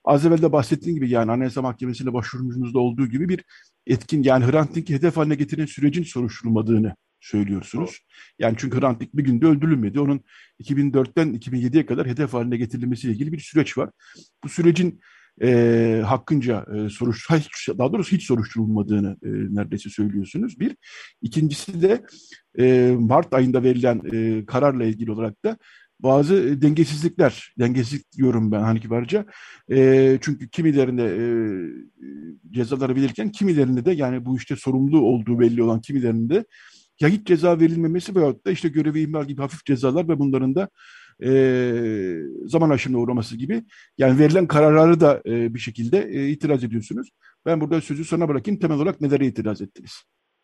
az evvel de bahsettiğim gibi yani Anayasa Mahkemesi'ne başvurumuzda olduğu gibi bir etkin yani Hrant Dink'i hedef haline getiren sürecin soruşturulmadığını söylüyorsunuz. Yani çünkü Hrant Dink bir günde öldürülmedi. Onun iki bin dörtten iki bin yediye kadar hedef haline getirilmesiyle ilgili bir süreç var. Bu sürecin e, hakkınca e, soruş, daha doğrusu hiç soruşturulmadığını e, neredeyse söylüyorsunuz. Bir. İkincisi de e, Mart ayında verilen e, kararla ilgili olarak da bazı dengesizlikler, dengesizlik diyorum ben hani kibarca. E, çünkü kimilerinde e, cezaları verirken kimilerinde de yani bu işte sorumlu olduğu belli olan kimilerinde ya hiç ceza verilmemesi veyahut da işte görevi ihmal gibi hafif cezalar ve bunların da e, zaman aşımına uğraması gibi yani verilen kararları da e, bir şekilde e, itiraz ediyorsunuz. Ben burada sözü sana bırakayım. Temel olarak nelere itiraz ettiniz?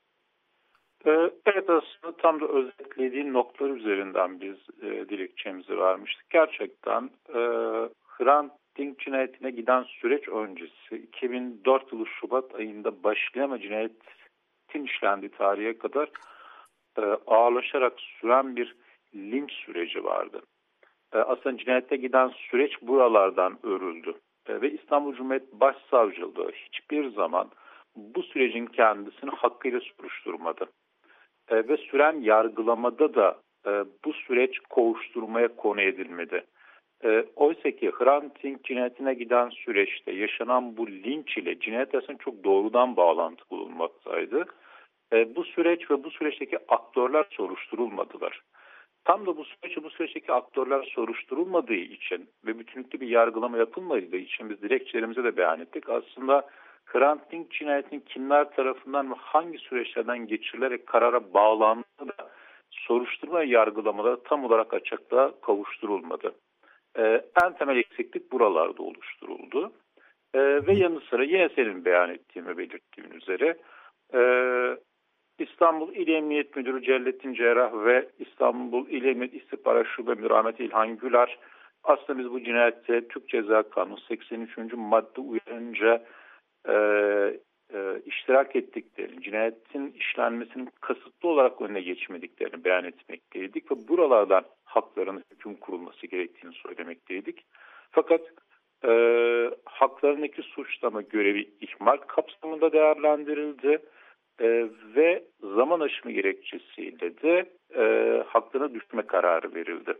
Evet, aslında tam da özetlediğin noktalar üzerinden biz e, dilekçemizi vermiştik. Gerçekten e, Hrant Dink cinayetine giden süreç öncesi iki bin dört yılı Şubat ayında başlayan ama cinayetin işlendiği tarihe kadar e, ağırlaşarak süren bir linç süreci vardı. E, aslında cinayete giden süreç buralardan örüldü. E, ve İstanbul Cumhuriyet Başsavcılığı hiçbir zaman bu sürecin kendisini hakkıyla soruşturmadı. E, ve süren yargılamada da e, bu süreç kovuşturmaya konu edilmedi. E, oysa ki Hrant Dink cinayetine giden süreçte yaşanan bu linç ile cinayet arasında çok doğrudan bağlantı bulunmaktaydı. E, bu süreç ve bu süreçteki aktörler soruşturulmadılar. Tam da bu süreç bu süreçteki aktörler soruşturulmadığı için ve bütünlüklü bir yargılama yapılmadığı için biz dilekçelerimize de beyan ettik. Aslında Hrant Dink cinayetinin kimler tarafından ve hangi süreçlerden geçirilerek karara bağlandığı da soruşturma ve yargılamaları tam olarak açıklığa kavuşturulmadı. Ee, en temel eksiklik buralarda oluşturuldu. Ee, ve yanı sıra yine senin beyan ettiğin ve belirttiğin üzere e, İstanbul İl Emniyet Müdürü Cellettin Cerrah ve İstanbul İl Emniyet İstihbarat Şube Müdürü Ahmet İlhan Güler aslında biz bu cinayette Türk Ceza Kanunu seksen üçüncü madde uyarınca e, e, iştirak ettiklerini, cinayetin işlenmesinin kasıtlı olarak önüne geçmediklerini beyan etmekteydik ve buralardan haklarının hüküm kurulması gerektiğini söylemekteydik. Fakat e, haklarındaki suçlama görevi ihmal kapsamında değerlendirildi. Ee, ve zaman aşımı gerekçesiyle de e, haklarına düşme kararı verildi.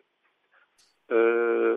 Ee,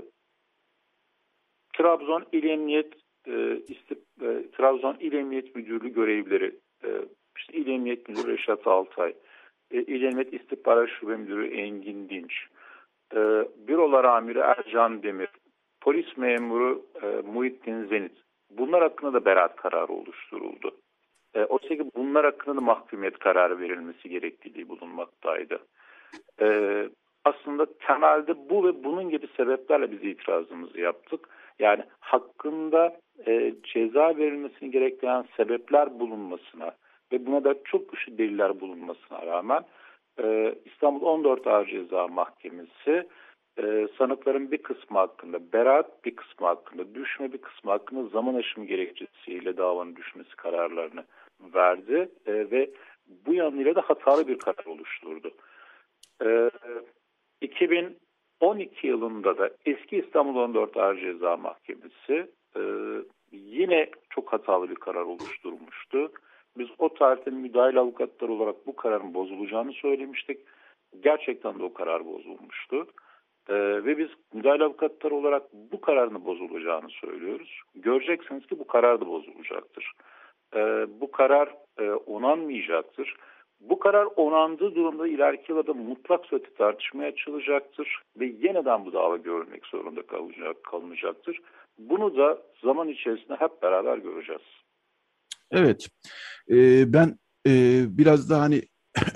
Trabzon İl Emniyet e, istip, e, Trabzon İl Emniyet Müdürlüğü görevlileri, e, işte İl Emniyet Müdürü Reşat Altay, e, İl Emniyet İstihbarat Şube Müdürü Engin Dinç, e, Bürolar Amiri Ercan Demir, Polis Memuru e, Muhittin Zenit, bunlar hakkında da beraat kararı oluşturuldu. E, oysa ki bunlar hakkında da mahkumiyet kararı verilmesi gerektiği bulunmaktaydı. E, aslında temelde bu ve bunun gibi sebeplerle biz itirazımızı yaptık. Yani hakkında e, ceza verilmesini gerektiren sebepler bulunmasına ve buna da çok güçlü deliller bulunmasına rağmen e, İstanbul on dört Ağır Ceza Mahkemesi e, sanıkların bir kısmı hakkında beraat, bir kısmı hakkında düşme, bir kısmı hakkında zaman aşımı gerekçesiyle davanın düşmesi kararlarını verdi e, ve bu yanıyla da hatalı bir karar oluşturdu. E, iki bin on iki yılında da eski İstanbul on dört Ağır Ceza Mahkemesi e, yine çok hatalı bir karar oluşturmuştu. Biz o tarihte müdahil avukatlar olarak bu kararın bozulacağını söylemiştik. Gerçekten de o karar bozulmuştu. Ee, ve biz müdahil avukatlar olarak bu kararın bozulacağını söylüyoruz. Göreceksiniz ki bu karar da bozulacaktır. Ee, bu karar e, onanmayacaktır. Bu karar onandığı durumda ileriki yıllarda mutlak surette tartışmaya açılacaktır ve yeniden bu dava görülmek zorunda kalacak, kalınacaktır. Bunu da zaman içerisinde hep beraber göreceğiz. Evet, ee, ben e, biraz daha hani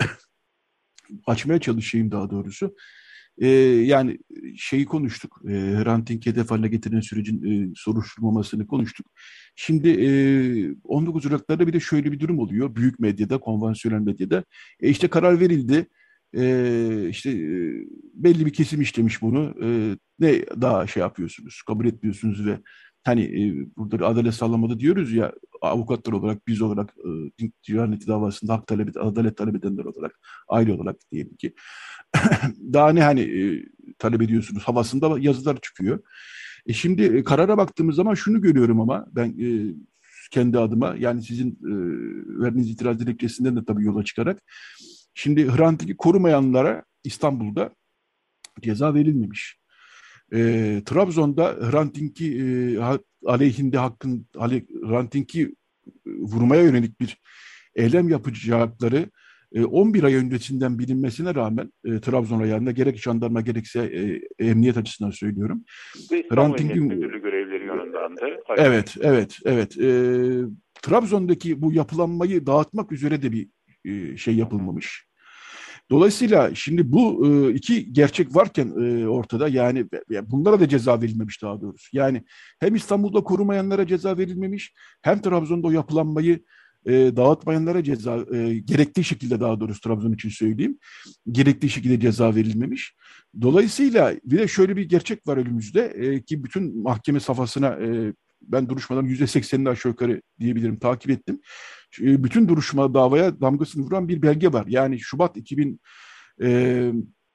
açmaya çalışayım daha doğrusu. Ee, yani şeyi konuştuk, e, Hrant Dink'i hedef haline getirilen sürecin e, soruşturulmamasını konuştuk. Şimdi e, on dokuz Ocak'larda bir de şöyle bir durum oluyor. Büyük medyada, konvansiyonel medyada. E, işte karar verildi. E, işte e, belli bir kesim işlemiş bunu. E, ne daha şey yapıyorsunuz, kabul etmiyorsunuz ve hani e, burada adalet sağlamadı diyoruz ya avukatlar olarak, biz olarak e, Dink cinayeti davasında hak talep, adalet talep edenler olarak, aile olarak diyelim ki. Daha ne hani e, talep ediyorsunuz havasında yazılar çıkıyor. E şimdi e, karara baktığımız zaman şunu görüyorum ama ben e, kendi adıma, yani sizin e, verdiğiniz itiraz dilekçesinden de tabii yola çıkarak, şimdi Hrant Dink'i korumayanlara İstanbul'da ceza verilmemiş. E, Trabzon'da Hrant Dink'i e, aleyhinde hakkın Hrant Dink'i vurmaya yönelik bir eylem yapacakları e, on bir ay öncesinden bilinmesine rağmen e, Trabzon ayağında gerek jandarma gerekse e, emniyet açısından söylüyorum. Ve İstanbul Emniyet Müdürlüğü görevleri yönünden de. Evet, evet, evet. E, Trabzon'daki bu yapılanmayı dağıtmak üzere de bir e, şey yapılmamış. Dolayısıyla şimdi bu e, iki gerçek varken e, ortada, yani bunlara da ceza verilmemiş daha doğrusu. Yani hem İstanbul'da korumayanlara ceza verilmemiş, hem Trabzon'da o yapılanmayı e, dağıtmayanlara ceza, e, gerektiği şekilde, daha doğrusu Trabzon için söyleyeyim, gerektiği şekilde ceza verilmemiş. Dolayısıyla bir de şöyle bir gerçek var önümüzde e, ki bütün mahkeme safhasına e, ben duruşmadan yüzde seksenini aşağı yukarı diyebilirim takip ettim. Bütün duruşma, davaya damgasını vuran bir belge var. Yani Şubat iki bin e,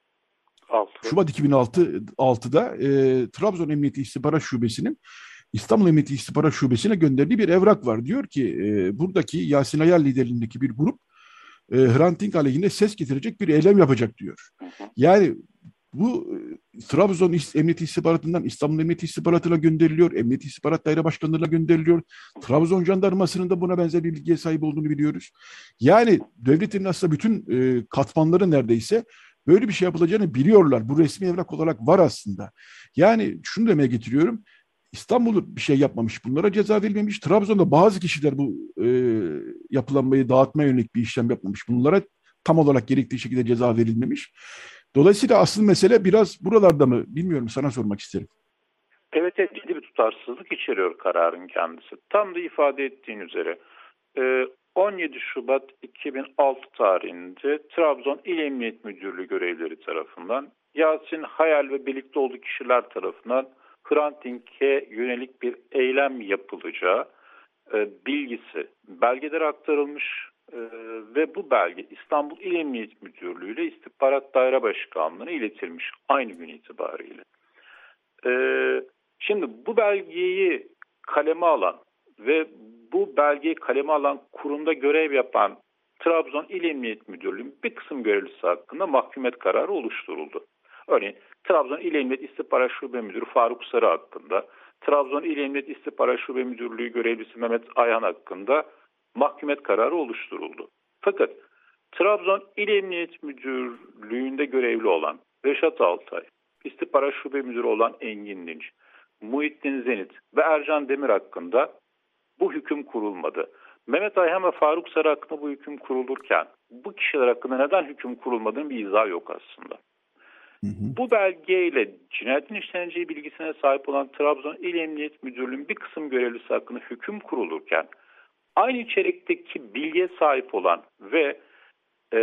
Şubat iki bin altıda e, Trabzon Emniyeti İstihbarat Şubesi'nin İstanbul Emniyeti İstihbarat Şubesi'ne gönderdiği bir evrak var. Diyor ki e, buradaki Yasin Ayar liderliğindeki bir grup e, Hrant Dink aleyhine ses getirecek bir eylem yapacak diyor. Yani bu Trabzon Emniyeti İstihbaratı'ndan İstanbul Emniyeti İstihbaratı'na gönderiliyor. Emniyet İstihbarat Daire Başkanlığı'na gönderiliyor. Trabzon Jandarması'nın da buna benzer bir bilgiye sahip olduğunu biliyoruz. Yani devletin aslında bütün e, katmanları neredeyse böyle bir şey yapılacağını biliyorlar. Bu resmi evrak olarak var aslında. Yani şunu demeye getiriyorum. İstanbul'u bir şey yapmamış, bunlara ceza verilmemiş. Trabzon'da bazı kişiler bu e, yapılanmayı dağıtmaya yönelik bir işlem yapmamış. Bunlara tam olarak gerektiği şekilde ceza verilmemiş. Dolayısıyla asıl mesele biraz buralarda mı bilmiyorum, sana sormak isterim. Evet, evet, ciddi bir tutarsızlık içeriyor kararın kendisi. Tam da ifade ettiğin üzere on yedi Şubat iki bin altı tarihinde Trabzon İl Emniyet Müdürlüğü görevlileri tarafından Yasin Hayal ve birlikte olduğu kişiler tarafından Hrant Dink'e yönelik bir eylem yapılacağı bilgisi belgelere aktarılmış. Ee, ve bu belge İstanbul İl Emniyet Müdürlüğü ile İstihbarat Daire Başkanlığı'na iletilmiş aynı gün itibariyle. Ee, şimdi bu belgeyi kaleme alan ve bu belgeyi kaleme alan kurumda görev yapan Trabzon İl Emniyet Müdürlüğü'nün bir kısım görevlisi hakkında mahkumiyet kararı oluşturuldu. Örneğin Trabzon İl Emniyet İstihbarat Şube Müdürü Faruk Sarı hakkında, Trabzon İl Emniyet İstihbarat Şube Müdürlüğü görevlisi Mehmet Ayhan hakkında mahkumiyet kararı oluşturuldu. Fakat Trabzon İl Emniyet Müdürlüğü'nde görevli olan Reşat Altay, İstihbarat Şube Müdürü olan Engin Dinç, Muhittin Zenit ve Ercan Demir hakkında bu hüküm kurulmadı. Mehmet Ayhan ve Faruk Sarı hakkında bu hüküm kurulurken bu kişiler hakkında neden hüküm kurulmadığının bir izahı yok aslında. Hı hı. Bu belgeyle cinayetin işleneceği bilgisine sahip olan Trabzon İl Emniyet Müdürlüğü'nün bir kısım görevlisi hakkında hüküm kurulurken aynı içerikteki bilgiye sahip olan ve e,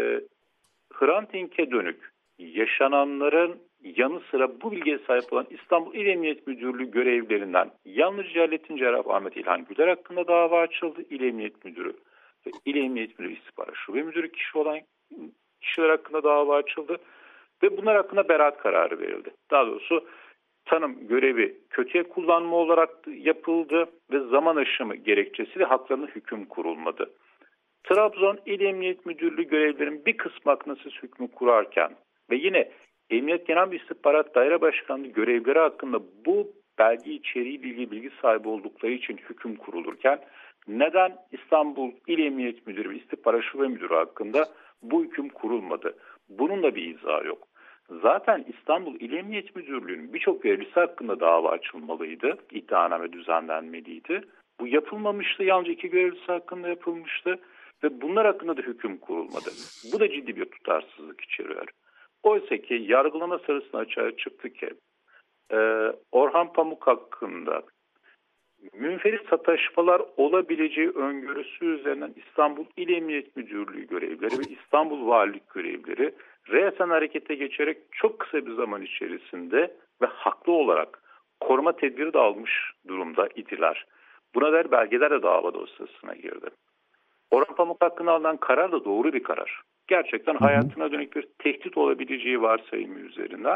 Hrant Dink'e dönük yaşananların yanı sıra bu bilgiye sahip olan İstanbul İl Emniyet Müdürlüğü görevlilerinden yalnızca Celalettin Cerrah Ahmet İlhan Güler hakkında dava açıldı. İl Emniyet Müdürü ve İl Emniyet Müdürü İstihbarat Şube Müdürü kişi olan kişiler hakkında dava açıldı ve bunlar hakkında beraat kararı verildi. Daha doğrusu tanım görevi kötüye kullanma olarak yapıldı ve zaman aşımı gerekçesiyle haklarına hüküm kurulmadı. Trabzon İl Emniyet Müdürlüğü görevlilerinin bir kısmı hakkında hükmü kurarken ve yine Emniyet Genel İstihbarat Daire Başkanlığı görevlileri hakkında bu belge içeriği bilgi bilgi sahibi oldukları için hüküm kurulurken neden İstanbul İl Emniyet Müdürü ve İstihbarat Şube Müdürü hakkında bu hüküm kurulmadı? Bunun da bir izahı yok. Zaten İstanbul İl Emniyet Müdürlüğü'nün birçok görevlisi hakkında dava açılmalıydı, iddianame düzenlenmeliydi. Bu yapılmamıştı, yalnızca iki görevlisi hakkında yapılmıştı ve bunlar hakkında da hüküm kurulmadı. Bu da ciddi bir tutarsızlık içeriyor. Oysa ki yargılama sırasında açığa çıktı ki e, Orhan Pamuk hakkında münferit sataşmalar olabileceği öngörüsü üzerinden İstanbul İl Emniyet Müdürlüğü görevlileri ve İstanbul Valilik görevlileri resen harekete geçerek çok kısa bir zaman içerisinde ve haklı olarak koruma tedbiri de almış durumda idiler. Buna dair belgeler de dava dosyasına girdi. Orhan Pamuk hakkında alınan karar da doğru bir karar. Gerçekten hayatına dönük bir tehdit olabileceği varsayımı üzerinden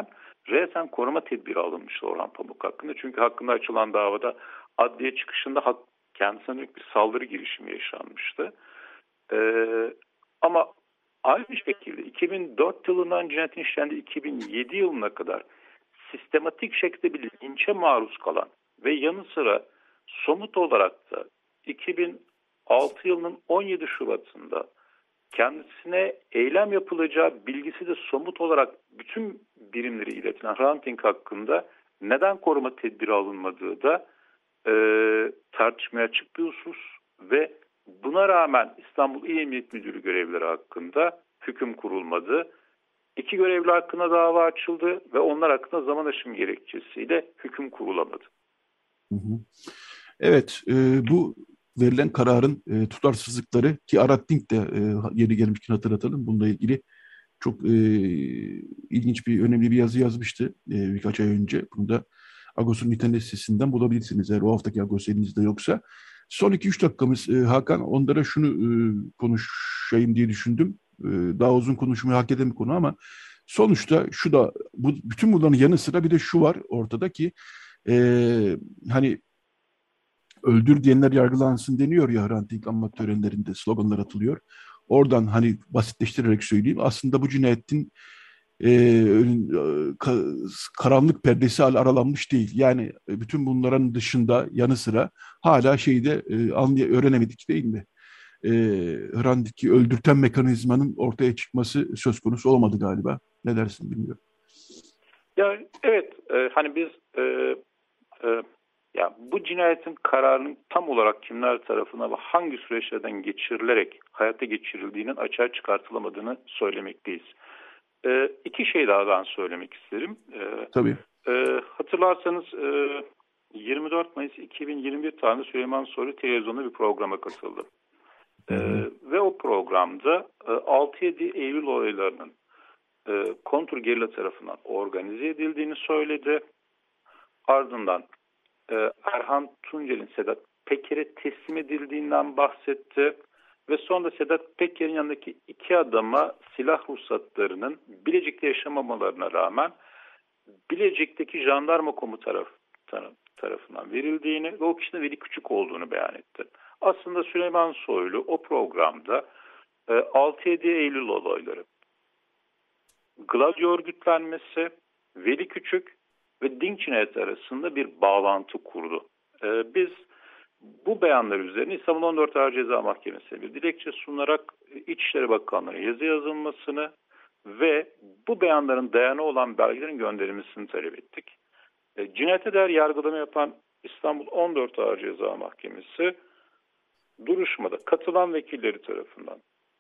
resen koruma tedbiri alınmıştı Orhan Pamuk hakkında. Çünkü hakkında açılan davada adliye çıkışında hak, kendisine yönelik bir saldırı girişimi yaşanmıştı. Ee, ama aynı şekilde iki bin dört yılından cinayetin işlendiği iki bin yedi yılına kadar sistematik şekilde bir linçe maruz kalan ve yanı sıra somut olarak da iki bin altı yılının on yedi Şubat'ında kendisine eylem yapılacağı bilgisi de somut olarak bütün birimleri iletilen Hrant Dink hakkında neden koruma tedbiri alınmadığı da e, tartışmaya açık bir husus ve buna rağmen İstanbul İl Emniyet Müdürü görevlileri hakkında hüküm kurulmadı. İki görevli hakkında dava açıldı ve onlar hakkında zaman aşımı gerekçesiyle hüküm kurulamadı. Hı hı. Evet, e, bu verilen kararın e, tutarsızlıkları ki Hrant Dink de e, yeri gelmişken hatırlatalım bununla ilgili çok e, ilginç bir, önemli bir yazı yazmıştı e, birkaç ay önce. Bunu da Agos'un internet sitesinden bulabilirsiniz eğer o haftaki Agos elinizde yoksa. Son iki üç dakikamız e, Hakan, onlara şunu e, konuşayım diye düşündüm. E, daha uzun konuşmayı hak eden bir konu ama sonuçta şu da, bu, bütün bunların yanı sıra bir de şu var ortada ki e, hani öldür diyenler yargılansın deniyor ya, Hrant Dink anma törenlerinde sloganlar atılıyor. Oradan hani basitleştirerek söyleyeyim. Aslında bu cinayetin e, ka, karanlık perdesi hala aralanmış değil. Yani bütün bunların dışında yanı sıra hala şeyde e, anlay öğrenemedik değil mi? E, Hrant Dink'i öldürten mekanizmanın ortaya çıkması söz konusu olmadı galiba. Ne dersin bilmiyorum. Ya evet, e, hani biz e, e, ya bu cinayetin kararının tam olarak kimler tarafından ve hangi süreçlerden geçirilerek hayata geçirildiğinin açığa çıkartılamadığını söylemekteyiz. E, iki şey daha ben söylemek isterim. E, Tabii. E, hatırlarsanız e, yirmi dört Mayıs iki bin yirmi bir tarihinde Süleyman Soylu televizyonda bir programa katıldı. E, ve o programda e, altı yedi Eylül olaylarının e, kontrgerilla tarafından organize edildiğini söyledi. Ardından e, Erhan Tuncel'in Sedat Peker'e teslim edildiğinden bahsetti. Ve sonra Sedat Peker'in yanındaki iki adama silah ruhsatlarının Bilecik'te yaşamamalarına rağmen Bilecik'teki jandarma komutanı tarafından verildiğini ve o kişinin Veli Küçük olduğunu beyan etti. Aslında Süleyman Soylu o programda e, altı yedi Eylül olayları, Gladio örgütlenmesi, Veli Küçük ve Dink cinayeti arasında bir bağlantı kurdu. E, biz bu beyanlar üzerine İstanbul on dört Ağır Ceza Mahkemesi'ne bir dilekçe sunarak İçişleri Bakanlığı'na yazı yazılmasını ve bu beyanların dayanı olan belgelerin gönderilmesini talep ettik. E, cinayete dair yargılama yapan İstanbul on dört Ağır Ceza Mahkemesi duruşmada katılan vekilleri tarafından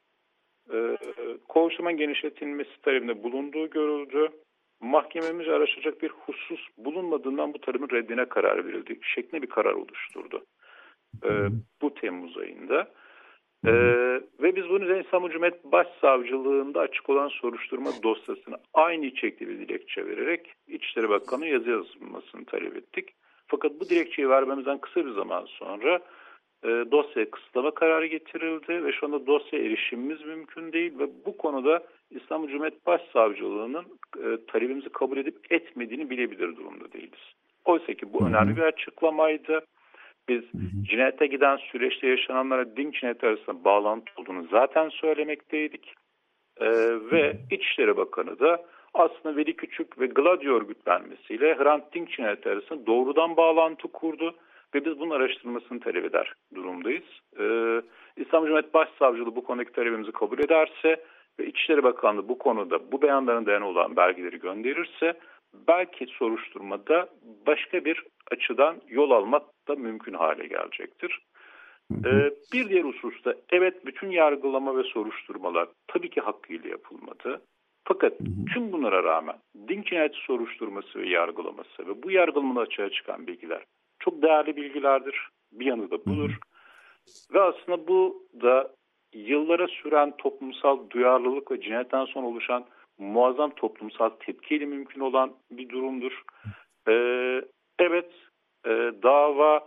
e, kovuşturmanın genişletilmesi talebinde bulunduğu görüldü. Mahkememiz araştıracak bir husus bulunmadığından bu talebin reddine karar verildi şeklinde bir karar oluşturdu. E, bu Temmuz ayında. Ee, ve biz bunun üzerine İstanbul Cumhuriyet Başsavcılığında açık olan soruşturma dosyasına aynı içerikli bir dilekçe vererek İçişleri Bakanlığı yazı yazılmasını talep ettik. Fakat bu dilekçeyi vermemizden kısa bir zaman sonra e, dosyaya kısıtlama kararı getirildi ve şu anda dosyaya erişimimiz mümkün değil ve bu konuda İstanbul Cumhuriyet Başsavcılığı'nın e, talebimizi kabul edip etmediğini bilebilir durumda değiliz. Oysa ki bu önemli bir açıklamaydı. Biz hı hı. cinayete giden süreçte yaşananlara Dink cinayeti arasında bağlantı olduğunu zaten söylemekteydik. Ee, ve İçişleri Bakanı da aslında Veli Küçük ve Gladio örgütlenmesiyle Hrant Dink cinayeti arasında doğrudan bağlantı kurdu ve biz bunun araştırılmasını talep eder durumdayız. Ee, İstanbul Cumhuriyet Başsavcılığı bu konudaki talebimizi kabul ederse ve İçişleri Bakanlığı bu konuda bu beyanların dayanı olan belgeleri gönderirse belki soruşturmada başka bir açıdan yol almak da mümkün hale gelecektir. Ee, bir diğer hususta evet bütün yargılama ve soruşturmalar tabii ki hakkıyla yapılmadı. Fakat tüm bunlara rağmen Dink cinayeti soruşturması ve yargılaması ve bu yargılamada açığa çıkan bilgiler çok değerli bilgilerdir. Bir yanı da budur. Ve aslında bu da yıllara süren toplumsal duyarlılık ve cinayetten sonra oluşan muazzam toplumsal tepkiyle mümkün olan bir durumdur. Ee, evet, e, dava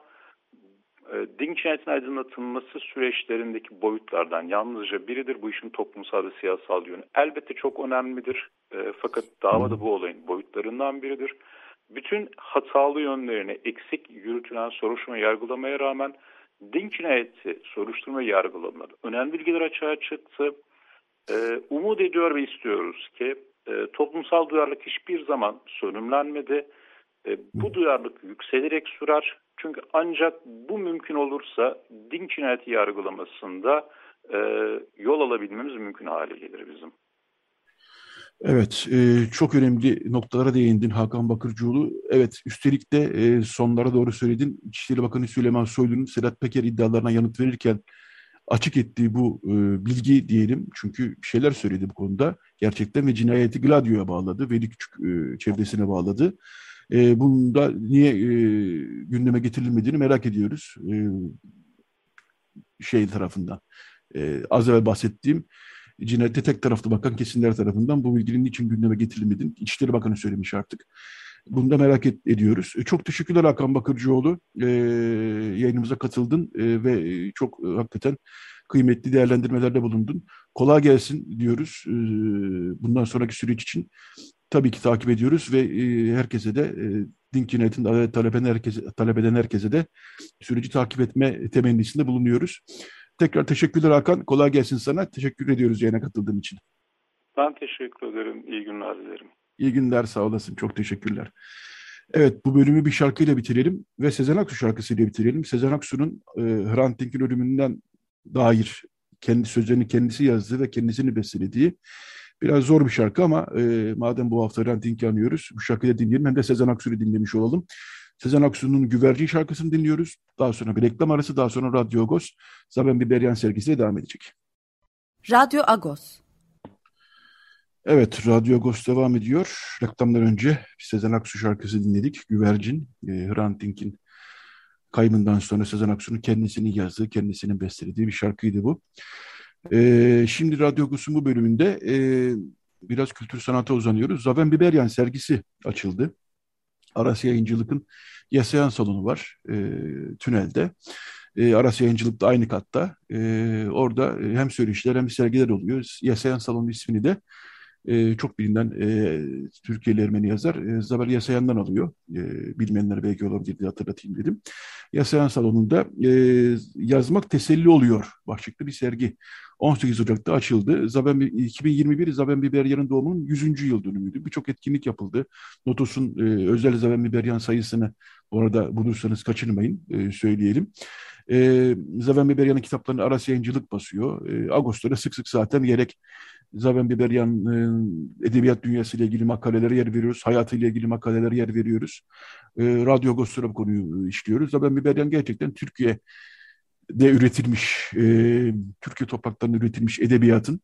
e, Dink cinayetinin aydınlatılması süreçlerindeki boyutlardan yalnızca biridir. Bu işin toplumsal ve siyasal yönü elbette çok önemlidir. E, fakat dava da bu olayın boyutlarından biridir. Bütün hatalı yönlerine eksik yürütülen soruşturma yargılamaya rağmen din cinayeti soruşturma yargılamadı. Önemli bilgiler açığa çıktı. E, umut ediyor ve istiyoruz ki e, toplumsal duyarlılık hiçbir zaman sönümlenmedi. E, bu duyarlılık yükselerek sürer. Çünkü ancak bu mümkün olursa din cinayeti yargılamasında e, yol alabilmemiz mümkün hale gelir bizim. Evet, e, çok önemli noktalara değindin Hakan Bakırcıoğlu. Evet, üstelik de e, sonlara doğru söyledin. İçişleri Bakanı Süleyman Soylu'nun Sedat Peker iddialarına yanıt verirken açık ettiği bu e, bilgi diyelim. Çünkü bir şeyler söyledi bu konuda. Gerçekten ve cinayeti Gladio'ya bağladı. Veli Küçük e, çevresine bağladı. E, bunun da niye e, gündeme getirilmediğini merak ediyoruz. E, şey tarafından. E, az evvel bahsettiğim cinayete tek taraflı bakan kesimler tarafından bu bilginin niçin gündeme getirilmediğini İçişleri Bakanı söylemiş artık. Bunu da merak et, ediyoruz. E, çok teşekkürler Hakan Bakırcıoğlu. E, yayınımıza katıldın e, ve çok e, hakikaten kıymetli değerlendirmelerde bulundun. Kolay gelsin diyoruz. E, bundan sonraki süreç için tabii ki takip ediyoruz ve e, herkese de e, din cinayetinin adalet talep eden herkese, talep eden herkese de süreci takip etme temennisinde bulunuyoruz. Tekrar teşekkürler Hakan. Kolay gelsin sana. Teşekkür ediyoruz yayına katıldığın için. Ben teşekkür ederim. İyi günler dilerim. İyi günler, sağ olasın. Çok teşekkürler. Evet, bu bölümü bir şarkıyla bitirelim ve Sezen Aksu şarkısıyla bitirelim. Sezen Aksu'nun e, Hrant Dink'in ölümünden dair kendi sözlerini kendisi yazdığı ve kendisini bestelediği biraz zor bir şarkı ama e, madem bu hafta Hrant Dink'i anıyoruz, bu şarkıyı da dinleyelim. Hem de Sezen Aksu'yu dinlemiş olalım. Sezen Aksu'nun Güvercin şarkısını dinliyoruz. Daha sonra bir reklam arası, daha sonra Radyo Agos, Zaben Biberyan sergisiyle devam edecek. Radyo Agos. Evet, Radyo Agos devam ediyor. Reklamdan önce Sezen Aksu şarkısı dinledik. Güvercin, e, Hrant Dink'in kaybından sonra Sezen Aksu'nun kendisini yazdığı, kendisinin bestelediği bir şarkıydı bu. E, şimdi Radyo Agos'un bu bölümünde e, biraz kültür sanata uzanıyoruz. Zaben Biberyan sergisi açıldı. Aras Yayıncılık'ın Yasayan Salonu var e, tünelde. E, Aras Yayıncılık da aynı katta. E, orada hem söyleşiler hem sergiler oluyor. Yasayan Salonu ismini de e, çok bilinen e, Türkiye'li Ermeni yazar e, Zabel Yasayan'dan alıyor. E, bilmeyenler belki olabilir diye hatırlatayım dedim. Yasayan Salonu'nda e, yazmak teselli oluyor başlıklı bir sergi. on sekiz Ocak'ta açıldı. Zaben, iki bin yirmi bir Zaben Biberyan'ın doğumunun yüzüncü yıl dönümüydü. Birçok etkinlik yapıldı. Notos'un e, özel Zaben Biberyan sayısını bu arada bulursanız kaçırmayın e, söyleyelim. E, Zaben Biberyan'ın kitaplarını Aras Yayıncılık basıyor. E, Ağustos'ta sık sık zaten gerek Zaben Biberyan'ın edebiyat dünyası ile ilgili makalelere yer veriyoruz. Hayatıyla ilgili makalelere yer veriyoruz. E, Radyo Ağustos'ta bu konuyu işliyoruz. Zaben Biberyan gerçekten Türkiye'de üretilmiş, e, Türkiye topraklarında üretilmiş edebiyatın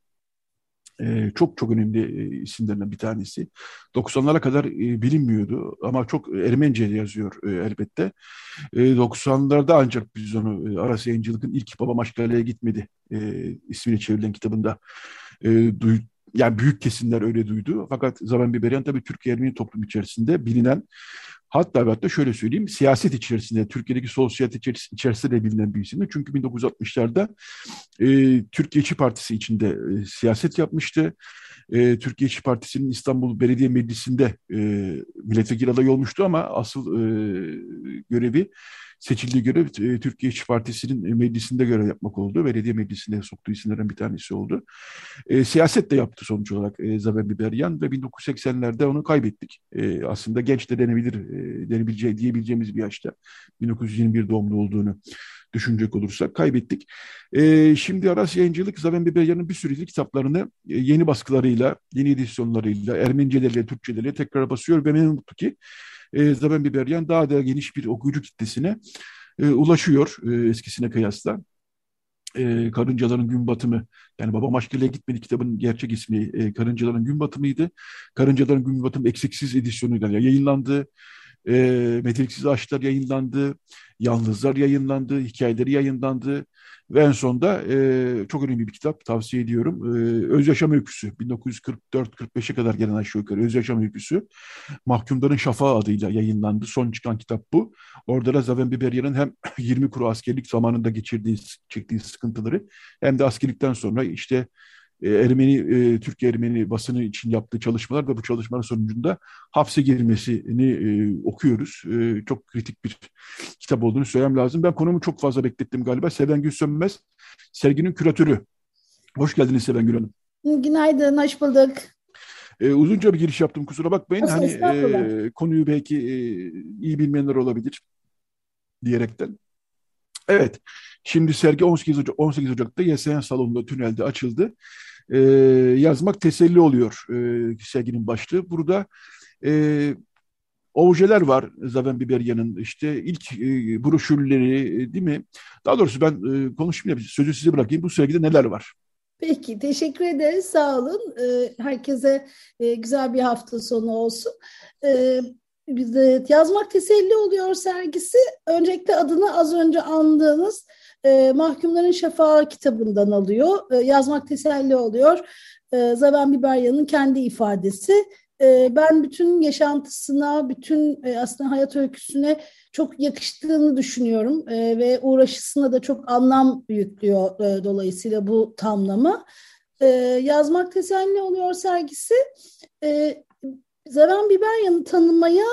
e, çok çok önemli e, isimlerinden bir tanesi. doksanlara kadar e, bilinmiyordu ama çok Ermenice yazıyor e, elbette. E, doksanlarda ancak biz onu e, Aras Yayıncılık'ın ilk Babam Aşkale'ye gitmedi e, ismini çevrilen kitabında e, duy, yani büyük kesimler öyle duydu. Fakat Zaben Biberyan tabii Türkiye Ermeni toplum içerisinde bilinen, hatta hatta şöyle söyleyeyim, siyaset içerisinde, Türkiye'deki sol siyaset içerisinde de bilinen bir isimdi. Çünkü bin dokuz yüz altmışlarda e, Türkiye İşçi Partisi içinde e, siyaset yapmıştı. E, Türkiye İşçi Partisi'nin İstanbul Belediye Meclisi'nde e, milletvekili adayı olmuştu ama asıl e, görevi, seçildiği görev e, Türkiye İşçi Partisi'nin meclisinde görev yapmak oldu. Belediye meclisinde soktuğu isimlerden bir tanesi oldu. E, siyaset de yaptı sonuç olarak e, Zaben Biberyan ve bin dokuz yüz seksenlerde onu kaybettik. E, aslında genç de denebilir, e, denebileceği, diyebileceğimiz bir yaşta bin dokuz yüz yirmi bir doğumlu olduğunu düşünecek olursak kaybettik. E, şimdi Aras Yayıncılık Zaben Biberyan'ın bir sürü kitaplarını e, yeni baskılarıyla, yeni edisyonlarıyla, Ermeniceleriyle, Türkçeleriyle tekrar basıyor ve ne mutlu ki e, Zaben Biberyan daha da geniş bir okuyucu kitlesine e, ulaşıyor e, eskisine kıyasla. E, Karıncaların Gün Batımı, yani Babam Aşkale'ye gitmedi kitabın gerçek ismi e, Karıncaların Gün Batımı'ydı. Karıncaların Gün Batımı eksiksiz edisyonuyla yayınlandı. E, Meteliksiz Aşklar yayınlandı. Yalnızlar yayınlandı. Hikayeleri yayınlandı. Ve en sonunda e, çok önemli bir kitap, tavsiye ediyorum. E, Öz Yaşam Öyküsü. bin dokuz yüz kırk dört kırk beşe kadar gelen aşağı yukarı Öz Yaşam Öyküsü. Mahkumların Şafağı adıyla yayınlandı. Son çıkan kitap bu. Orada da Zaven Biberyan'ın hem yirmi kuru askerlik zamanında geçirdiği, çektiği sıkıntıları hem de askerlikten sonra işte e, Ermeni, e, Türk Ermeni basını için yaptığı çalışmalar ve bu çalışmalar sonucunda hapse girmesini e, okuyoruz. E, çok kritik bir kitap olduğunu söylemem lazım. Ben konumu çok fazla beklettim galiba. Seven Gül Sönmez, serginin küratörü. Hoş geldiniz Seven Gül Hanım. Günaydın, hoş bulduk. E, uzunca bir giriş yaptım, kusura bakmayın. Nasıl, Hani estağfurullah. e, konuyu belki e, iyi bilmeyenler olabilir diyerekten. Evet, şimdi sergi on sekiz Ocak, on sekiz Ocak'ta Y S N Salonu'nda, tünelde açıldı. E, yazmak teselli oluyor e, serginin başlığı. Burada e, objeler var Zaven Biberyan'ın, işte ilk e, broşürleri, e, değil mi? Daha doğrusu ben e, konuşmayayım, sözü size bırakayım. Bu sergide neler var? Peki, teşekkür ederiz, sağ olun. Ee, herkese e, güzel bir hafta sonu olsun. Ee, bize Yazmak Teselli Oluyor sergisi, öncelikle adını az önce andığınız e, Mahkumların Şafağı kitabından alıyor. E, Yazmak Teselli Oluyor, e, Zaven Biberyan'ın kendi ifadesi. E, ben bütün yaşantısına, bütün e, aslında hayat öyküsüne çok yakıştığını düşünüyorum e, ve uğraşısına da çok anlam yüklüyor e, dolayısıyla bu tamlama. E, Yazmak Teselli Oluyor sergisi, e, Zaven Biberyan'ı tanımaya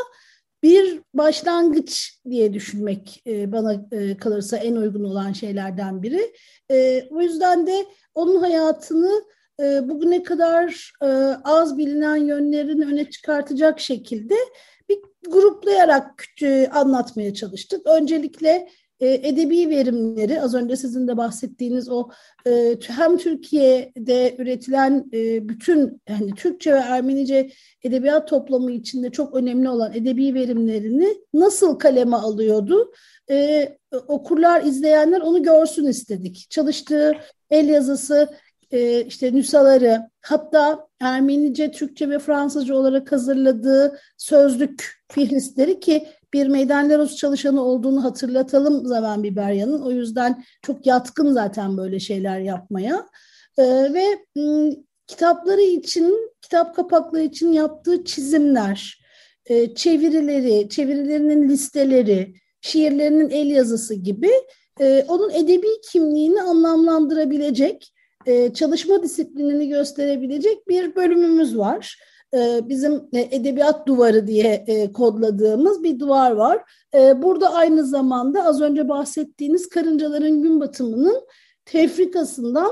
bir başlangıç diye düşünmek e, bana e, kalırsa en uygun olan şeylerden biri. E, o yüzden de onun hayatını e, bugüne kadar e, az bilinen yönlerini öne çıkartacak şekilde bir gruplayarak e, anlatmaya çalıştık. Öncelikle e, edebi verimleri, az önce sizin de bahsettiğiniz o e, hem Türkiye'de üretilen e, bütün, yani Türkçe ve Ermenice edebiyat toplamı içinde çok önemli olan edebi verimlerini nasıl kaleme alıyordu? E, okurlar, izleyenler onu görsün istedik. Çalıştığı el yazısı, e, işte nüshaları, hatta Ermenice, Türkçe ve Fransızca olarak hazırladığı sözlük fihristleri, ki bir Meydanlar çalışanı olduğunu hatırlatalım Zaven Biberyan'ın. O yüzden çok yatkın zaten böyle şeyler yapmaya. E, ve m, kitapları için, kitap kapakları için yaptığı çizimler, e, çevirileri, çevirilerinin listeleri, şiirlerinin el yazısı gibi e, onun edebi kimliğini anlamlandırabilecek, e, çalışma disiplinini gösterebilecek bir bölümümüz var. E, bizim e, edebiyat duvarı diye e, kodladığımız bir duvar var. E, burada aynı zamanda az önce bahsettiğiniz Karıncaların Gün Batımı'nın tefrikasından